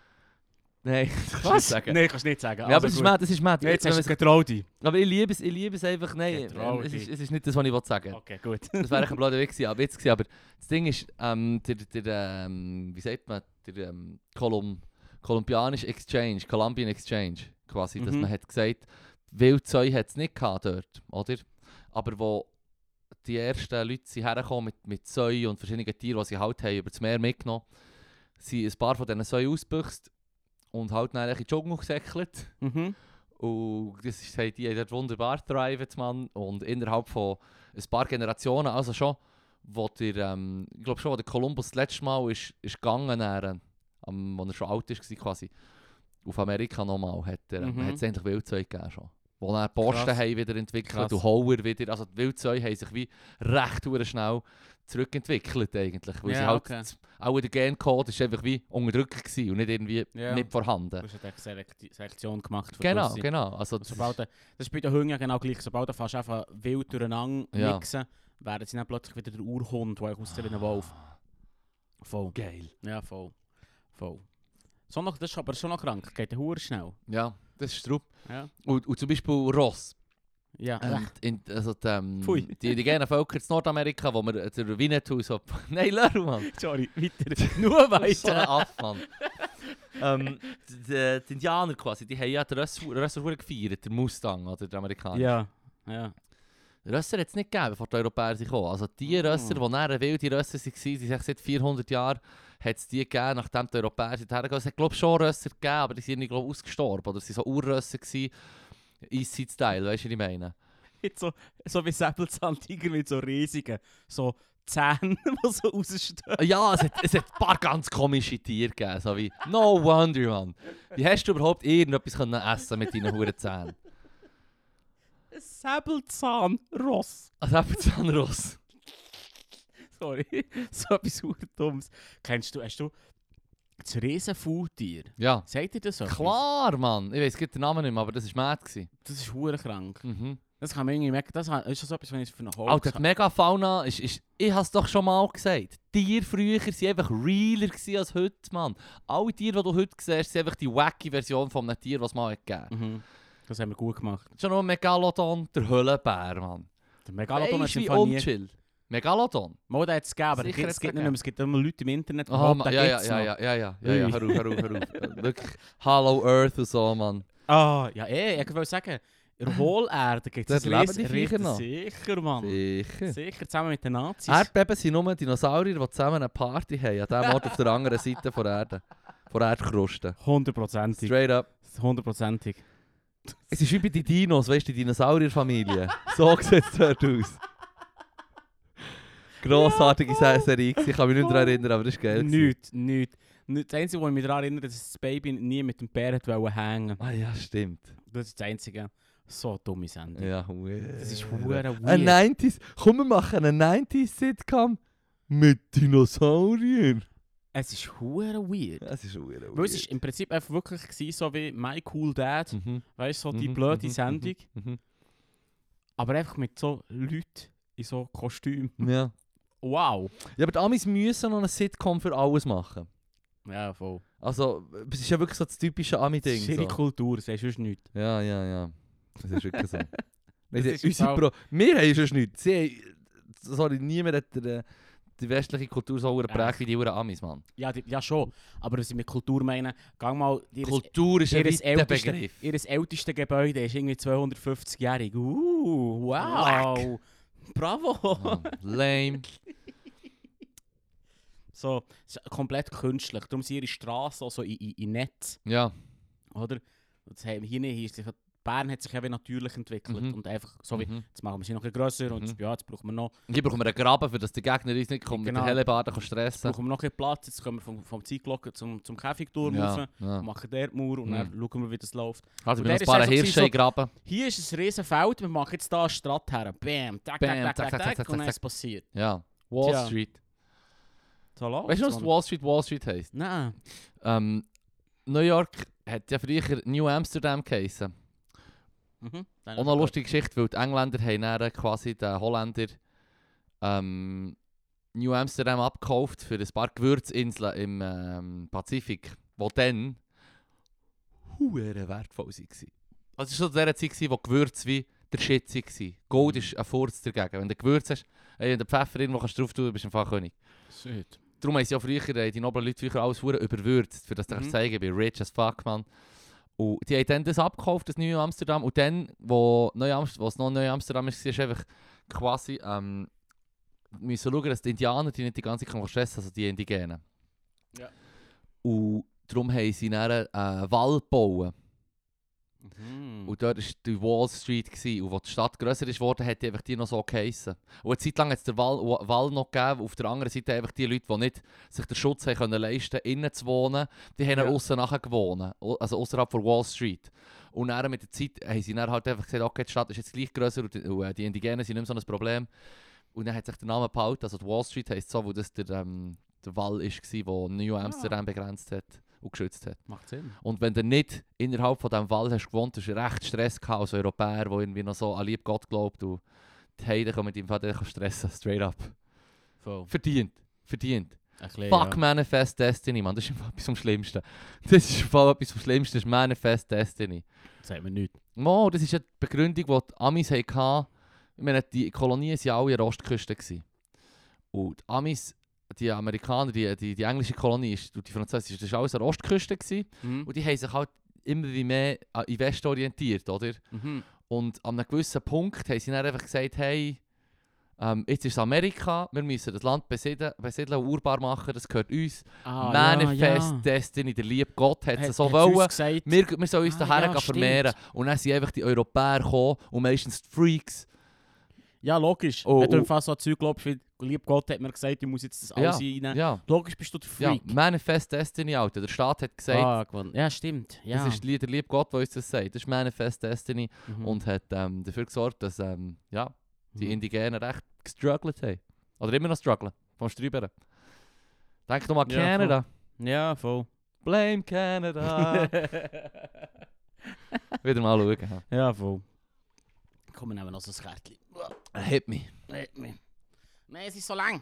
Nein, das kannst du nicht sagen. Nein, kannst du nicht sagen. Ja, Also aber es ist mad, es ist mad. Ja, jetzt hast du getraut. Aber ich liebe es, ich liebe es einfach, nein, Getraut. es ist, es ist nicht das, was ich sagen will. Okay, gut. Das wäre ein blöder Weg gewesen, aber jetzt gewesen. Aber das Ding ist, ähm, der, der ähm, wie sagt man, der ähm, Kolum, kolumbianische Exchange, Columbian Exchange, quasi, dass Mhm. man hat gesagt, Wildzeug hat es nicht gehabt dort, oder? Aber wo die ersten Leute sind hergekommen mit, mit Säuen und verschiedenen Tieren, die sie halt haben, über das Meer mitgenommen, sind ein paar von diesen Säuen ausgebüchst und halt dann in den Dschungel gesäckelt. Mhm. Und das ist, haben die dort wunderbar getrieben, Mann. Und innerhalb von ein paar Generationen, also schon, wo der, ähm, ich glaube schon, wo der Kolumbus das letzte Mal ist, ist gegangen, dann, ähm, als er schon alt war, quasi, auf Amerika nochmal, hat er, Mhm. hat es endlich Wildzeug gegeben schon. Wo dann Borsten Krass. haben wieder entwickelt Krass. und Hauer wieder, also die Wildzeug haben sich wie recht schnell zurückentwickelt eigentlich, weil Ja, sie halt, okay. auch der Gencode ist einfach wie unterdrückt gewesen und nicht irgendwie Ja. nicht vorhanden. Du hast eine Selekti- Selektion gemacht. Für Genau, gewisse. genau. Also, das Sobald, ist- der- das ist bei den Hunden ja genau gleich. Sobald du fast einfach wild durcheinander Ja. mixen, werden sie dann plötzlich wieder der Urhund, der aussieht wie ein Wolf. Voll. Geil. Ja, voll. Voll. So noch, das ist aber schon noch krank. Geht der Hure schnell. Ja, das ist Strupp. Ja. Und, und zum Beispiel Ross. Ja. Ähm, in, also die, ähm, Pfui. die indigenen Völker in Nordamerika, wo wir der Winnetou so... Nein, Leru, Mann. Sorry, weiter. Nur So ein weiter. Aff, Mann. ähm, die, die Indianer quasi, die haben ja den Rösser Rösser gefeiert, der Mustang, oder der Amerikaner. Ja. Ja. Rösser hat es nicht gegeben, bevor die Europäer sind gekommen. Also die Rösser, die näher wilde Rösser waren, die sind seit vierhundert Jahren, hat es die gegeben, nachdem die Europäer sind hergegangen. Es hat glaube ich schon Rösser gegeben, aber die sind nicht glaub, ausgestorben. Oder sie waren so Urrösser gewesen, Eastside-Style, weißt du, was ich meine? Jetzt so, so wie Säbelzahntiger mit so riesigen, so Zähnen, die so rausstehen. Ja, es hat, es hat ein paar ganz komische Tiere gegeben, so wie «No wonder, Mann». Wie hast du überhaupt irgendetwas können essen mit deinen huren Zähnen? Ein Säbelzahnross. Also eben Zahnross. Sorry, so etwas hure Dummes. Kennst du, hast du das Riesenfaultier? Ja. Sagt dir das so? Klar, Mann. Ich weiß den Namen nicht mehr, aber das war mad. gewesen. Das ist hure krank. Mhm. Das kann man irgendwie merken. Das ist schon so etwas, wenn ich für eine Holz Alter, die Megafauna ist, ist... Ich habe es doch schon mal gesagt. Tiere früher waren einfach realer gewesen als heute, Mann. Alle Tiere, die du heute siehst, sind einfach die wacky Version von einem Tier, was es mal hat gegeben. Mhm. Das haben wir gut gemacht. Schon noch ein Megalodon, der Höllenbär, Mann. Der Megalodon Weißt ist du, im wie Fall nie... unchill? Megalodon? Mal, der hat es gegeben, aber Sicher es hat's gibt nicht gegeben. mehr. Es gibt immer Leute im Internet, die Oh, behaupten, man, da ja, ja, gibt's ja, noch. ja, ja, ja, ja, ja, Ui. hör auf, hör auf, hör auf. Wirklich, Hollow Earth und so, Mann. Ah, ja eh, ich wollte sagen, in der Hohlerde gibt es Dort leben die Viecher noch. Sicher, Mann. Sicher. Sicher, zusammen mit den Nazis. Erdbeben sind nur Dinosaurier, die zusammen eine Party haben, an dem Ort auf der anderen Seite der Erde. Von der Erdkruste. Hundertprozentig. Straight up. Hundertprozentig. Es ist wie bei den Dinos, weißt du, die Dinosaurierfamilie. So sieht es dort aus. Grossartige ja, Serie, ich kann mich nicht daran erinnern, aber das ist geil. Nichts, nichts. Das Einzige, was ich mich daran erinnere, ist, dass das Baby nie mit dem Bär wollte hängen. Ah ja, stimmt. Das ist das Einzige. So dumme Sendung. Ja, weird. Das ist hure weird. Ein neunziger... Komm, wir machen eine neunziger-Sitcom mit Dinosauriern. Es ist hure weird. Es ist weird. Weil es ist im Prinzip einfach wirklich gewesen, so wie My Cool Dad. Mhm. Weißt du, so die Mhm, blöde mhm, Sendung. Mhm. Aber einfach mit so Leuten in so Kostümen. Ja. Wow. Ja, aber die Amis müssen noch eine Sitcom für alles machen. Ja, voll. Also, es ist ja wirklich so das typische Das Ami-Ding. ist ihre So. Kultur, das ist sonst nichts. Ja, ja, ja. Das ist wirklich so. Das Nein, ist unsere im Pro wir haben sonst nichts. Sie haben, sorry, niemand hat der, die westliche Kultur so geprägt wie die Uhren Amis, Mann. Ja, die, ja schon. Aber was ich mit Kultur meine, gang mal... Ihres, Kultur ist ein ihres weiter älteste- Begriff. Ihres älteste Gebäude ist irgendwie zweihundertfünfzigjährig. Uh, wow. Bravo. Oh, lame. So, es ist komplett künstlich. Darum sind ihre Straßen auch so in, in, in Netz. Ja. Oder? Das haben wir hier nicht. Hier ist sich, Bern hat sich ja wie natürlich entwickelt. Mhm. Und einfach so wie, Mhm. jetzt machen wir sie noch ein bisschen grösser und Mhm. ja, jetzt brauchen wir noch, Hier brauchen wir einen Graben, für dass der Gegner uns nicht kommt Genau. mit der Hellebarden kann jetzt stressen. brauchen wir noch ein bisschen Platz. Jetzt kommen wir vom, vom Zeitglocken zum, zum Käfigturm rauf. Ja, ja. Machen dort die Mauer und Mhm. dann schauen wir, wie das läuft. Also, Und wir der haben ein paar ist also Hirsche so- graben. Hier ist ein riesen Feld, wir machen jetzt da eine Stadt her. Bam, Bam, tack, tack, tack, zack, tack, zack, tack, zack, und dann zack. ist es passiert. Ja. Wall Tja. Street. So läuft's, Weißt du, was Mann. Wall Street Wall Street heisst? Nein. Ähm, New York hat ja früher New Amsterdam geheißen. Mhm. Auch noch eine lustige Geschichte, weil die Engländer haben dann quasi den Holländer ähm, New Amsterdam abgekauft für ein paar Gewürzinseln im ähm, Pazifik, die dann huere wertvoll waren. Also es war so zu der Zeit, wo Gewürze wie der Shit waren. Gold Mhm. ist ein Furz dagegen. Wenn du Gewürz hast, ey, wenn du Pfeffer irgendwo kannst drauf tun, bist du einfach König. Shit. Darum haben sie ja früher, äh, die noblen Leute früher alles verdammt überwürzt, für das du Mhm. kannst zeigen, ich bin rich as fuck, man. Und die haben dann das abgekauft, das neue Amsterdam. Und dann, wo, Neu Amst- wo es noch Neu Amsterdam ist, ist einfach quasi, ähm, müssen schauen, dass die Indianer die nicht die ganze Zeit stressen, also die Indigenen. Ja. Und darum haben sie dann einen äh, Wall gebaut. Mhm. Und dort war die Wall Street. Gewesen. Und als die Stadt grösser ist geworden, hat die einfach die noch so geheissen. Und eine Zeit lang hat es den Wall, Wa- Wall noch gegeben. Auf der anderen Seite einfach die Leute, die nicht sich den Schutz haben können leisten konnten, innen zu wohnen, die haben Ja. außen nachher gewohnt. O- Also außerhalb von Wall Street. Und dann mit der Zeit haben sie dann halt einfach gesagt, okay, die Stadt ist jetzt gleich grösser und die, und äh, die Indigenen sind nicht mehr so ein Problem. Und dann hat sich der Name behalten. Also die Wall Street heisst so, wo das der, ähm, der Wall war, der New Amsterdam begrenzt hat und geschützt hat. Macht Sinn. Und wenn du nicht innerhalb von diesem Wall hast gewohnt, hast du recht Stress gehabt als Europäer, der irgendwie noch so an lieb Gott glaubt und die Heide kann mit ihm Vater stressen, straight up. Voll. Verdient, verdient. Ein bisschen, Fuck ja. Manifest Destiny, man, das ist einfach etwas vom Schlimmsten. Das ist voll etwas vom Schlimmsten, das ist Manifest Destiny. Das sagt mir nichts. Mo, das ist ja die Begründung, die die Amis hatten. Ich meine, die Kolonien waren ja alle an der Ostküste. gewesen. Und die Amis, die Amerikaner, die, die, die englische Kolonie ist, und die französische, das war alles an der Ostküste. gewesen. Mhm. Und die haben sich halt immer wie mehr an in Westen orientiert, oder? Mhm. Und an einem gewissen Punkt haben sie dann einfach gesagt, hey, ähm, jetzt ist es Amerika, wir müssen das Land besiedeln, besiedeln und urbar machen, das gehört uns. Ah, Manifest ja, ja. Destiny, der liebe Gott hat es Hat- so hat's wollen. uns gesagt. Wir, wir sollen uns Ah, daher ja, gehen stimmt. vermehren. Und dann sind einfach die Europäer gekommen und meistens die Freaks. Ja, logisch. Oh, Wenn du oh. im Fall so ein Zeug glaubst, wie lieb Gott hat mir gesagt, ich muss jetzt das Ja, alles rein. Ja, Logisch bist du der ja, Freak. Manifest Destiny, Alter. Der Staat hat gesagt, ah, gewonnen. Ja, stimmt. Ja. das ist der liebe Gott, der uns das sagt. Das ist Manifest Destiny. Mhm. Und hat ähm, dafür gesorgt, dass ähm, ja, die Mhm. Indigenen recht gestruggelt haben. Oder immer noch strugglen, vom Sträubern. Denk doch mal Ja, Canada. Ja, voll. Blame Canada. Wieder mal schauen. ja, voll. Komm, wir nehmen noch so ein Kärtchen. Hit me. Nein, es ist so lang.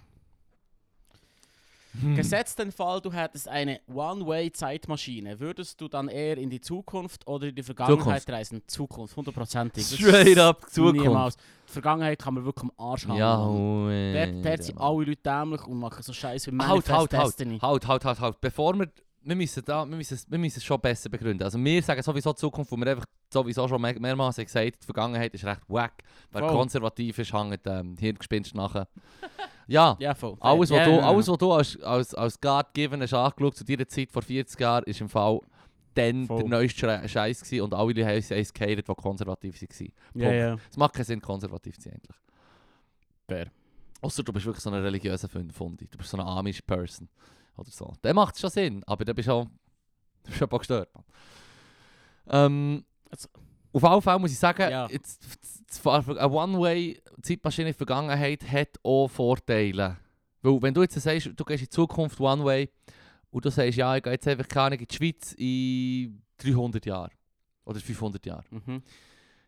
Hm. Gesetzt den Fall, du hättest eine One-Way-Zeitmaschine, würdest du dann eher in die Zukunft oder in die Vergangenheit Zukunft. reisen? Zukunft, hundertprozentig. Das Straight ist up Zukunft. Niemals. Die Vergangenheit kann man wirklich am Arsch haben. Ja, Mann. ui, Dort, dort sind Mann. alle Leute dämlich und machen so Scheiße wie Halt, Manifest halt, halt, Destiny. halt, halt, halt, halt. Bevor wir, wir müssen da, wir müssen, es- wir müssen es schon besser begründen. Also wir sagen sowieso die Zukunft, wo wir einfach sowieso schon mehr, mehrmals haben gesagt, die Vergangenheit ist recht wack. Wer Voll. konservativ ist, hängt ähm, Hirngespinst nachher. Ja, Ja, voll. alles, was Ja, du, ja, ja. alles, was du als, als, als God-given hast angeschaut zu dieser Zeit vor vierzig Jahren, ist im Fall dann Voll. der neueste Schre- Scheiß gewesen und alle Leute haben es gehatet, die konservativ waren. Ja, ja. Es macht keinen Sinn, konservativ zu sein eigentlich. Fair. Ausser du bist wirklich so ein religiöser Fund- Fundi. Du bist so eine Amish-Person. Oder so. Dann macht es schon Sinn, aber dann bist du auch, du bist auch gestört. Man. Ähm, Also- auf jeden Fall muss ich sagen, Ja. jetzt, z- z- eine One-Way-Zeitmaschine in der Vergangenheit hat auch Vorteile. Weil wenn du jetzt sagst, du gehst in die Zukunft One-Way und du sagst, ja, ich gehe jetzt einfach keine Ahnung, in die Schweiz in dreihundert Jahren oder fünfhundert Jahren. Mhm.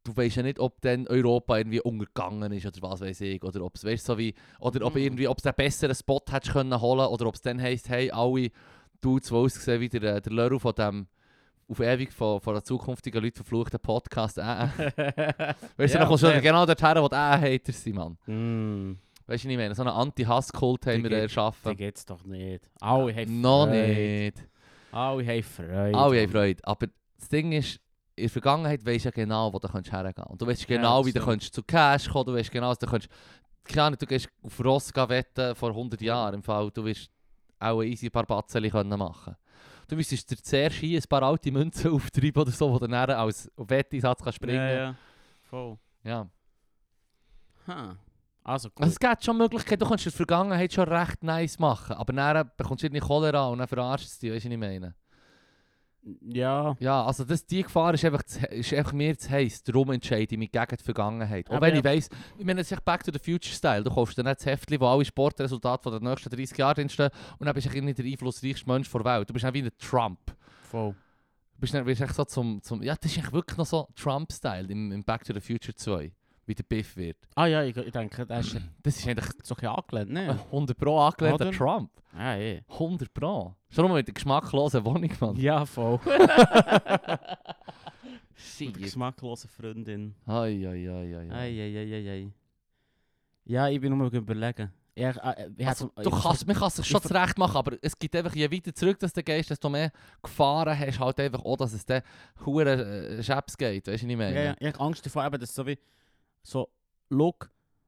du weißt ja nicht, ob dann Europa irgendwie untergegangen ist oder was weiß ich. Oder ob es, weißt, so wie, oder ob Mhm. irgendwie, ob es einen besseren Spot hättest können holen oder ob es dann heisst, hey, alle Dudes, die aussehen wie der, der Leru von dem auf ewig von, von der zukünftigen Leute verfluchten Podcast. Äh, äh. Weißt du, dann kommst du fair. genau dorthin, wo die Äh-Haters sind, Mann. Mm, Weißt du, was ich meine? So einen Anti-Hass-Kult haben Die wir geht- erschaffen. die geht's doch nicht. Alle haben Noch Freude. nicht. Alle haben Freude. Alle haben Mann. Freude. Aber das Ding ist, in der Vergangenheit weisst du ja genau, wo du hergehen kannst. Und du weißt genau, Ja, wie du stimmt. kannst zu Cash kommen. Du weißt genau, dass du kannst... Keine Ahnung, du gehst auf Ross gehen wetten vor hundert Jahren im Fall. Du wirst auch easy ein paar Batzeli können machen. Du müsstest dir zuerst hier ein paar alte Münzen auftreiben oder so, wo du dann als Wetteinsatz kannst springen Ja, kannst. ja. Voll. Ja. Ha. Also gut. Also es gibt schon Möglichkeiten, du kannst in der Vergangenheit schon recht nice machen, aber dann bekommst du irgendwie Cholera und dann verarschst du es dich, weißt du, was ich meine? ja. Ja, also das, die Gefahr ist einfach, zu, ist einfach mir zu heiß, darum entscheide ich mich gegen die Vergangenheit. Auch Aber wenn ja. ich weiss, ich meine, es ist Back to the Future Style, du kaufst dann nicht das Heftchen, wo alle Sportresultate der nächsten dreißig Jahre drinstehen und dann bist du eigentlich nicht der einflussreichste Mensch der Welt, du bist dann wie ein Trump. Voll. Du bist dann bist echt so zum, zum, ja, das ist eigentlich wirklich noch so Trump-Style im, im Back to the Future zwei, wie der Biff wird. Ah ja, ich, ich denke, das ist Das ist eigentlich so ein bisschen angelehnt, ne? hundert Pro angelehnt an Oder? Trump. Ja, eh. hundert Pro. Schon mal mit der geschmacklosen Wohnung, Mann. Ja, voll. Shit. Geschmacklose Freundin. Ai, ai, ai, ai, ai. Eieieiei. Ja, ich bin nur mal überlegen. Ja, ich, äh, ich Also, hätte- du ich- kannst, man kann sich schon ich- zurecht machen, aber es gibt einfach, je weiter zurück dass du gehst, desto mehr Gefahren hast halt einfach auch, dass es dann hure äh, Schäps geht, weißt du, was ich meine? Ja, ja, ich habe Angst davor, eben, dass so wie so, look,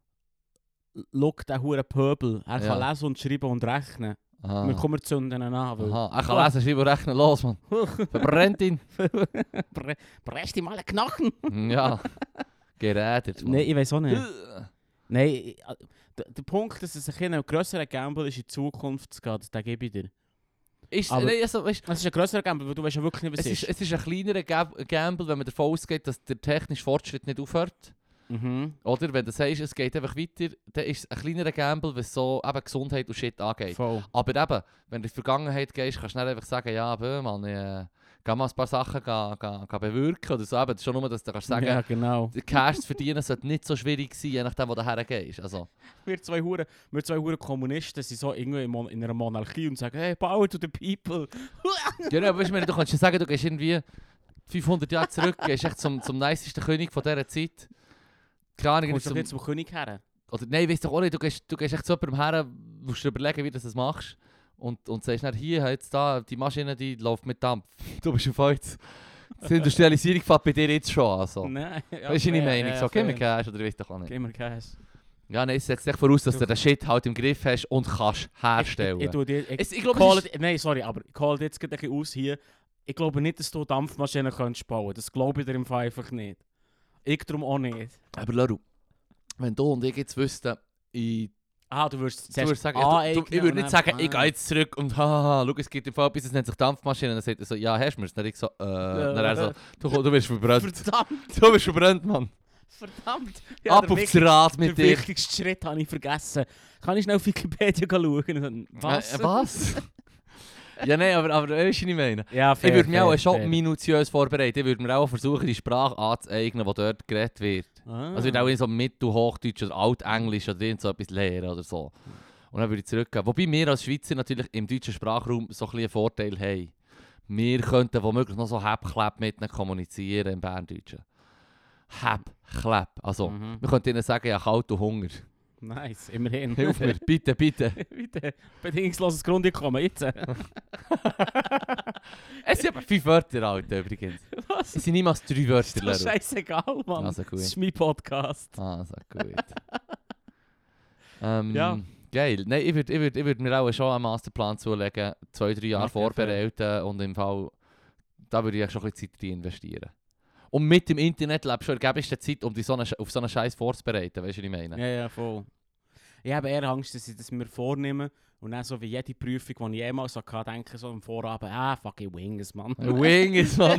look, der hure Pöbel, er kann Ja. lesen und schreiben und rechnen. Aha. Wir kommen zu ihnen an, weil Aha. Er kann lesen, schreiben und rechnen, los, Mann. Verbrennt ihn. Bre Brest ihm alle Knochen. Ja. Gerädert, Mann. Nein, ich weiß auch nicht. Äh. Nein, ich- äh, der, der Punkt, dass es ein grösserer Gamble ist, in die Zukunft zu gehen, den gebe ich dir. Ist, Aber- nein, also, weißt, Es ist ein grösserer Gamble, weil du weißt ja wirklich nicht, was es, es ist, ist. es ist ein kleinerer Gab- Gamble, wenn man davon ausgeht, dass der technische Fortschritt nicht aufhört. Mhm. Oder wenn du sagst, es geht einfach weiter, dann ist es ein kleinerer Gamble, was so eben Gesundheit und Shit angeht. Voll. Aber eben, wenn du in die Vergangenheit gehst, kannst du nicht einfach sagen, ja, bö, Mann, ich äh, geh mal ein paar Sachen ga, ga, ga bewirken oder so. Eben, das ist schon nur, dass du kannst sagen, Ja, genau. der Cash zu verdienen sollte nicht so schwierig sein, je nachdem, wo du hergehst. Also, Wir zwei Hure, wir zwei Hure Kommunisten sind so irgendwie in, Mon in einer Monarchie und sagen, hey, power to the people. ja, aber weißt, du, du kannst ja sagen, du gehst irgendwie fünfhundert Jahre zurück, gehst echt zum, zum nicesten König von dieser Zeit. Keine Ahnung, Kommst du zum, nicht zum König her? oder nein, weißt du auch nicht, du gehst, du gehst echt zu jemandem her, musst dir überlegen, wie du das machst. Und, und sagst dann, hier, jetzt da, die Maschine, die läuft mit Dampf. Du bist auf heute. Die Industrialisierung fängt bei dir jetzt schon an. So. Nein. Ja, Weißt du, meine fair, Meinung? ja, So, gib mir fair. Cash oder weißt doch auch nicht. Gib mir Gas. Ja, nein, es setzt dich voraus, dass Du- du den Shit halt im Griff hast und kannst herstellen. Ich, ich, ich, tue dir- ich, Es- ich glaube, call es ist- it, nein, sorry, aber ich call jetzt gerade ein bisschen aus hier. Ich glaube nicht, dass du Dampfmaschinen könntest bauen. Das glaube ich dir im Fall einfach nicht. Ich darum auch nicht. Aber Leru, wenn du und ich jetzt wüssten, ich, Ah, du würdest du würdest sagen, ja, du, du, ich würde nicht sagen, ich gehe jetzt zurück und haha, schau, es gibt im Fall etwas, das nennt sich Dampfmaschine. Und dann sagt er so, ja, hast du mir's? Dann ich so, äh, dann er so, du, du wirst verbrannt. Verdammt, Du bist verbrannt, Mann. verdammt. Ab der aufs wichtig- Rad mit Der dir. wichtigste Schritt habe ich vergessen. Kann ich schnell auf Wikipedia schauen? Was? Äh, was? Ja, nein, aber, aber weißt du, was ich meine? Ja, fair, Ich würde mich fair, auch schon fair. minutiös vorbereiten. Ich würde mir auch versuchen, die Sprache anzueignen, die dort geredet wird. Ah. Also ich würde auch in so Mittelhochdeutsch oder Altenglisch oder irgend so etwas lernen oder so. Und dann würde ich zurückgehen. Wobei wir als Schweizer natürlich im deutschen Sprachraum so ein bisschen einen Vorteil haben. Wir könnten womöglich noch so Hab-Clap mit ihnen kommunizieren im Berndeutschen. Hab-Clap. Also, Mhm. wir könnten ihnen sagen, ja, kalt und Hunger. Nice, immerhin. Hilf mir, bitte, bitte. Bitte, bedingungsloses Grundeinkommen, jetzt. Es sind aber fünf Wörter alt übrigens. Was? Es sind niemals drei Wörter. Ist doch Leru. scheißegal, Mann. Also gut. Das ist mein Podcast. Also gut. ähm, Ja. Geil. Nein, ich würde ich würd, ich würd mir auch schon einen Masterplan zulegen, zwei, drei Jahre Okay, vorbereiten und im Fall, da würde ich schon ein bisschen Zeit rein investieren. Und mit dem Internet lebst du in der gäbigsten Zeit, um dich so eine, auf so einen Scheiß vorzubereiten, weißt du, was ich meine? Ja, ja, voll. Ich habe eher Angst, dass ich das mir vornehme und dann so wie jede Prüfung, die ich jemals so hatte, denke so am Vorabend, ah, fucking Wings, Mann. Ein Wing ist man.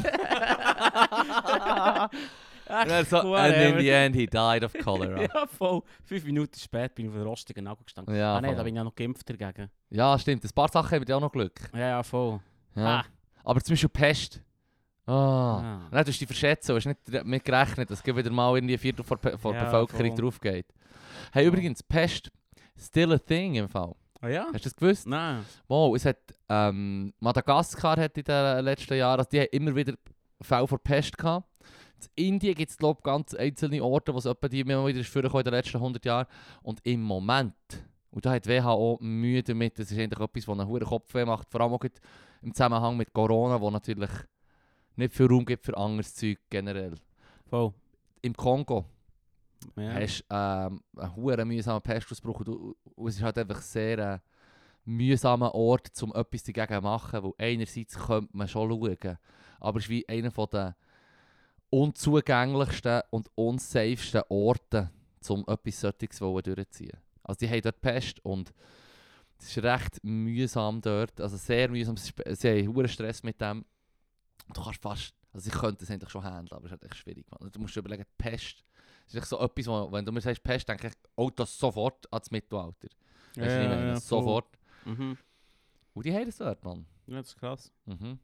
Ach, Und dann so, and whatever. in the end he died of cholera. Ja, voll. Fünf Minuten später bin ich auf den rostigen Nagel gestanden. Ja, ah nein, voll. da bin ich ja noch geimpft dagegen. Ja, stimmt. Ein paar Sachen haben wir auch noch Glück. Ja, ja, voll. Ja. Ah. Aber zum Beispiel Pest. Ah. Ah. Nein, du hast dich verschätzt, du hast nicht damit gerechnet, dass wieder mal irgendwie ein Viertel vor, vor Ja, der Bevölkerung voll. drauf geht. Hey, Ja. übrigens, Pest, still a thing im Fall. Ah ja? Hast du das gewusst? Nein. Wow, es hat, ähm, Madagaskar hat in den letzten Jahren, also die haben immer wieder Fälle von Pest gehabt. In Indien gibt es, glaube ich, ganz einzelne Orte, wo es etwa die immer wieder vorgekommen in den letzten hundert Jahren. Und im Moment, und da hat die W H O Mühe damit, das ist eigentlich etwas, was einen hohen Kopfweh macht, vor allem auch im Zusammenhang mit Corona, wo natürlich nicht viel Raum gibt für anderes Zeug generell. Voll. Im Kongo Ja. hast du ähm, einen hohen mühsamen Pestausbruch und, du- und es ist halt einfach sehr ein mühsamer Ort, um etwas dagegen zu machen, weil einerseits könnte man schon schauen, aber es ist wie einer der unzugänglichsten und unsafesten Orte, um etwas solches durchzuziehen. Also die haben dort Pest und es ist recht mühsam dort, also sehr mühsam, es ist- sie haben hohen Stress mit dem. Du kannst fast, also ich könnte es eigentlich schon handeln, aber es ist halt echt schwierig. Man. Du musst dir überlegen, Pest, das ist echt so etwas, wo, wenn du mir sagst Pest, denke ich, oh, das sofort ans Mittelalter. Weißt du, was ich meine? voll. Sofort. Mhm. Und die haben das dort, Mann. Ja, das ist krass. Mhm.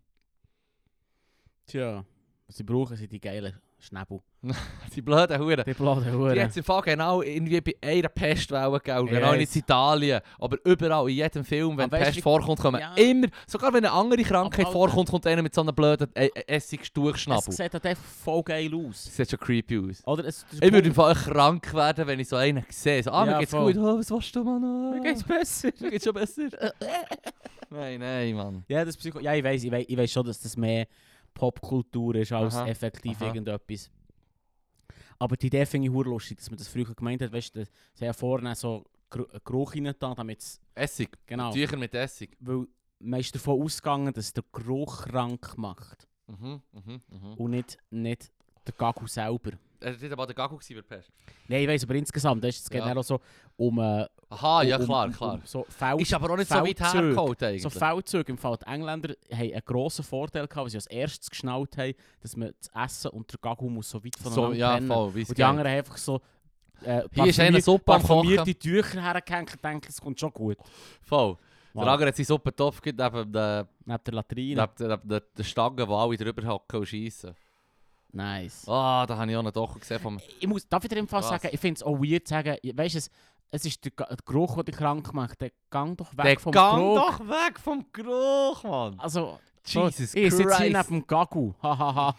Tja, was sie brauchen, sind die geilen Schnäbel. Die blöden Huren. Die blauen Die Huren. hat es im Fall genau irgendwie bei einer Pestwelle gegeben. Ich Genau weiss. nicht in Italien, aber überall, in jedem Film, wenn Aber weisst Pest wie- vorkommt, kommen Ja. immer, sogar wenn eine andere Krankheit Aber vorkommt, kommt einer mit so einem blöden äh, Es Essigstuchschnabel. sieht halt einfach voll geil aus. Das sieht schon creepy aus. Oder es, Ich würde im Fall krank werden, wenn ich so einen sehe. So, ah, mir Ja, geht's voll. gut. Oh, was willst du, Mann? Mir geht's besser. Mir geht's schon besser. Nein, nein, Mann. Ja, das Psycho ja, ich weiß, ich weiß, ich weiß schon, dass das mehr Popkultur ist als Aha, effektiv aha. irgendetwas. Aber die Idee finde ich hure lustig, dass man das früher gemeint hat, weißt du, sie haben vorne so Gr- Geruch rein getan, damit es, Essig. genau, Tücher mit Essig. weil man ist davon ausgegangen, dass der Geruch krank macht Mhm, mhm, mhm. und nicht, nicht der Gagu selber. Er war aber der Gagu bei der Pest. Nein, ich weiss, aber insgesamt, weißt, es geht Ja. dann auch so um, äh, Aha, ja um, klar, um, klar. um so Feld, Ist aber auch nicht so weit Feldzüge. hergeholt eigentlich. So Feldzüge im Fall. Die Engländer haben einen grossen Vorteil gehabt, weil sie als erstes geschnallt haben, dass man das Essen und der Gagu muss so weit voneinander so, ja, trennen. voll, wie es Und die anderen haben einfach so äh, Hier ist einer Suppe am parfümierte Tücher hergehängt und denken, es kommt schon gut. Voll. Wow. Der andere hat seinen Suppentopf gegeben neben der, Neben der Latrine. neben der, neben der, der Stange, wo alle drüber hocken und schiessen. Nice. Ah, da habe ich auch noch doch gesehen vom... Ich muss, darf ich dir im Fall Was? sagen, ich finde es auch weird zu sagen, weißt du, es, es ist der, Ga- der Geruch, der dich krank macht. Der gang doch weg Der vom gang Geruch. doch weg vom Geruch, Mann! Also, Jesus so, ich sitze hier Christ! neben dem Gagu. Hahaha.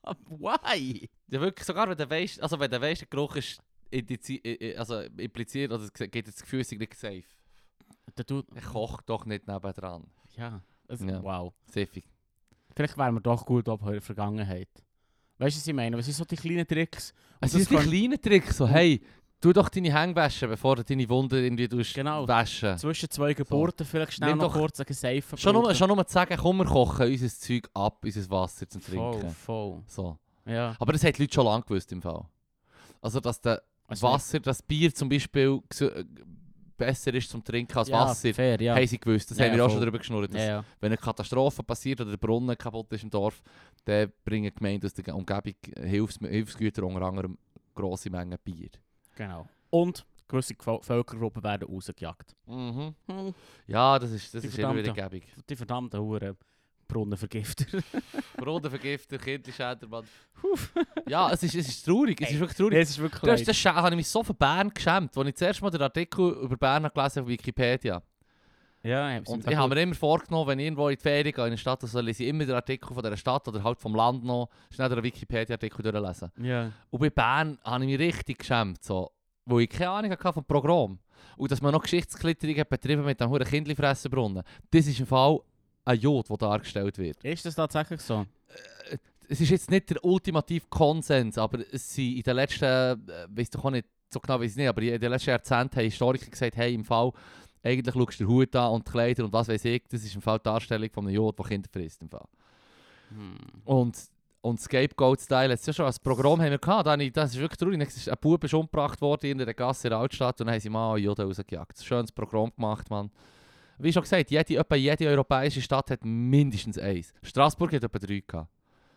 Why? Ja wirklich, sogar wenn du weißt, also wenn du weißt, der Geruch ist indizi- i- i- also impliziert, oder es gibt das Gefühl, es ist nicht safe. Der tut, Ich koche doch nicht nebendran. ja, es, Ja. wow. Siffig. Vielleicht wären wir doch gut ab in der Vergangenheit. Weißt du, was ich meine? Was sind so die kleinen Tricks? Und Es das sind die kann- kleinen Tricks, so hey, tu doch deine Hänge waschen, bevor du deine Wunden irgendwie tust Genau. waschen. Zwischen zwei Geburten vielleicht schnell Nimm noch doch- kurz einen Seifen Schon nur, brauchen. schon nur zu sagen, komm, wir kochen unser Zeug ab, unser Wasser zum Trinken. Voll, voll. So. Ja. Aber das haben die Leute schon lange gewusst im Fall. Also, dass das Also, Wasser, das Bier zum Beispiel gesü- äh, besser ist zum Trinken als ja, Wasser, fair, ja. haben sie gewusst. Das Ja, haben wir auch schon voll. darüber geschnurrt. Dass, ja, ja. wenn eine Katastrophe passiert oder der Brunnen kaputt ist im Dorf, dann bringen die Gemeinden aus der Umgebung Hilfs Hilfsgüter, unter anderem grosse Mengen Bier. Genau. Und gewisse Gevö- Völkergruppen werden rausgejagt. Mhm. Hm, Ja, das ist, das Die ist immer wieder verdammte- gäbig. die verdammten Huren Brunnenvergifter. Brunnenvergifter, Kinderschänder, Mann. Ja, es ist, es ist traurig. Es ist wirklich traurig. Es ist wirklich Du hast leid. das Scha- habe ich mich so für Bern geschämt, als ich zuerst mal den Artikel über Bern habe gelesen auf Wikipedia. Ja, ja, Und ich habe mir immer vorgenommen, wenn ich irgendwo in die Ferien gehe, in eine Stadt, dann lese ich immer den Artikel von dieser Stadt oder halt vom Land noch, schnell den Wikipedia-Artikel durchlesen. Ja. Und bei Bern habe ich mich richtig geschämt, so, wo ich keine Ahnung hatte vom Programm. Und dass man noch Geschichtsklitterung hat betrieben mit dem verdammten Kindlifressenbrunnen. Das ist im Fall ein Jod, der dargestellt wird. Ist das tatsächlich so? Es ist jetzt nicht der ultimative Konsens, aber es sind in den letzten, äh, weiss doch auch nicht, so genau weiß ich nicht, aber in den letzten Jahrzehnten haben Historiker gesagt, hey, im Fall, eigentlich schaust du den Hut an und die Kleider und was weiß ich, das ist im Fall die Darstellung von einem Jod, der Kinder frisst. Im Fall. Hm. Und, und Scapegoat-Style, das ist ja schon als Programm haben wir gehabt, da habe ich- das ist wirklich traurig. Ein Bub ist umgebracht worden in einer Gasse in der Altstadt und dann haben sie mal einen Juden rausgejagt. Schönes Programm gemacht, Mann. Wie schon gesagt, jede, etwa jede europäische Stadt hat mindestens eins. Straßburg hat etwa drei gehabt.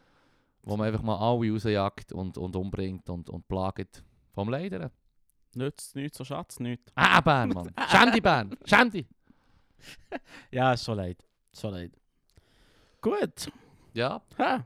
Wo man einfach mal alle rausjagt und, und umbringt und, und plagt. Vom Leidern. Nützt nichts, so Schatz nichts. Ah, Bern, Mann. Schäm dich, Bern. Schäm dich. Ja, ist schon leid. Schon leid. Gut. Ja. Ha.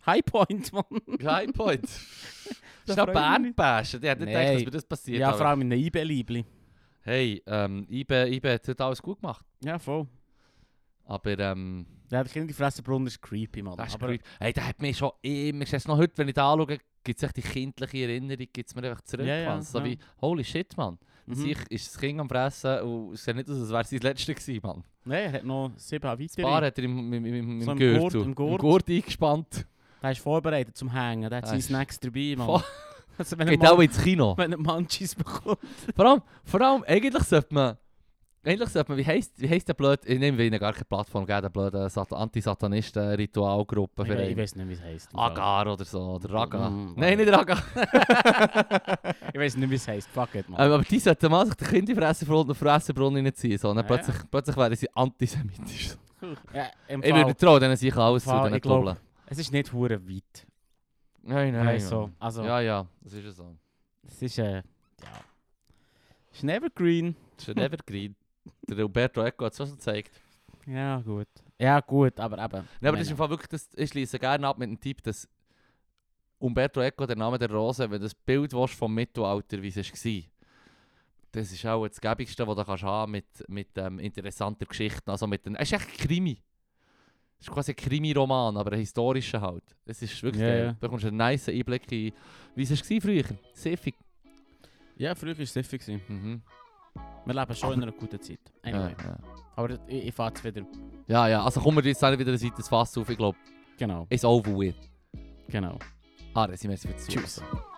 Highpoint, Mann. Highpoint. Da Schnell freu ich Bern mich. bashen. Die hat nicht Nein. gedacht, dass mir das passiert. Ja, aber- vor allem in einem I B-Liebli. Hey, ähm, I B, I B hat heute alles gut gemacht. Ja, voll. Aber ähm, Ja, der Kinderfressenbrunnen ist creepy, Mann. das ist Aber creepy. Hey, der hat mich schon immer... Ich noch heute, wenn ich da anschaue, gibt es echt die kindliche Erinnerung, gibt es mir einfach zurück. Ja, ja, Mann. So ja. wie, holy shit, Mann. Mhm. Sich ist das Kind am Fressen und es sieht nicht aus, als wäre es sein letzte gewesen, Mann. Nein, er hat noch sieben weitere. Das Paar hat er im, im, im, im, So im im Gurt, Gurt, im Gurt. Gurt eingespannt. Der ist vorbereitet zum Hängen. Der hat Ah, seine ist- Snacks dabei, Mann. Voll. Also, wenn er Geht auch mal, ins Kino. wenn er Munchies bekommt. Vor allem, vor allem, eigentlich sollte man... Eigentlich sollte man, wie heisst, wie heisst der blöd... Ich nehme ihnen gar keine Plattform geben, der blöde Sat Antisatanisten-Ritualgruppe Ich, für ich weiß nicht, wie es heisst. Agar oder so, oder Raga. Mm, Nein, nicht Raga. Ich weiß nicht, wie es heisst. Fuck it, Mann. Ähm, aber die sollten mal sich den Kinderfressenbrunnen und Fressenbrunnen reinziehen. So. Und dann Ja, plötzlich, plötzlich wären sie antisemitisch. ja, im Ich Fall, würde trauen, denen sich alles zu, Fall, diesen ich glaub- Kubbeln. es ist nicht hure weit. Nein, nein, Weißt so. Mann. Also, Ja, ja, das ist ja so. es ist äh, ja. Es ist ein Evergreen. Das ist ein Evergreen. Der Umberto Eco hat es schon so gezeigt. Ja, gut. Ja, gut, aber eben. Nein, aber das ist meine- im Fall wirklich, das, ich schließe gerne ab mit dem Tipp, dass Umberto Eco, der Name der Rose, wenn du das Bild willst vom Mittelalter, wie es war, das ist auch das Gäbigste, was du kannst haben mit, mit ähm, interessanten Geschichten. Also mit den, es ist echt Krimi. Es ist quasi ein Krimi-Roman, aber ein historischer halt. Es ist wirklich, Ja, geil. ja. Du bekommst einen nice Einblick in, wie es war früher. Siffig. Ja, früher war es siffig. gewesen. Mhm. Wir leben schon in einer guten Zeit. Anyway. Ja, ja. Aber ich, ich fahre jetzt wieder. ja, ja, also kommen wir jetzt auch wieder ein Seite des Fass auf. Ich glaube, Genau, it's over with. genau. Ah, das sind wir jetzt für Tschüss.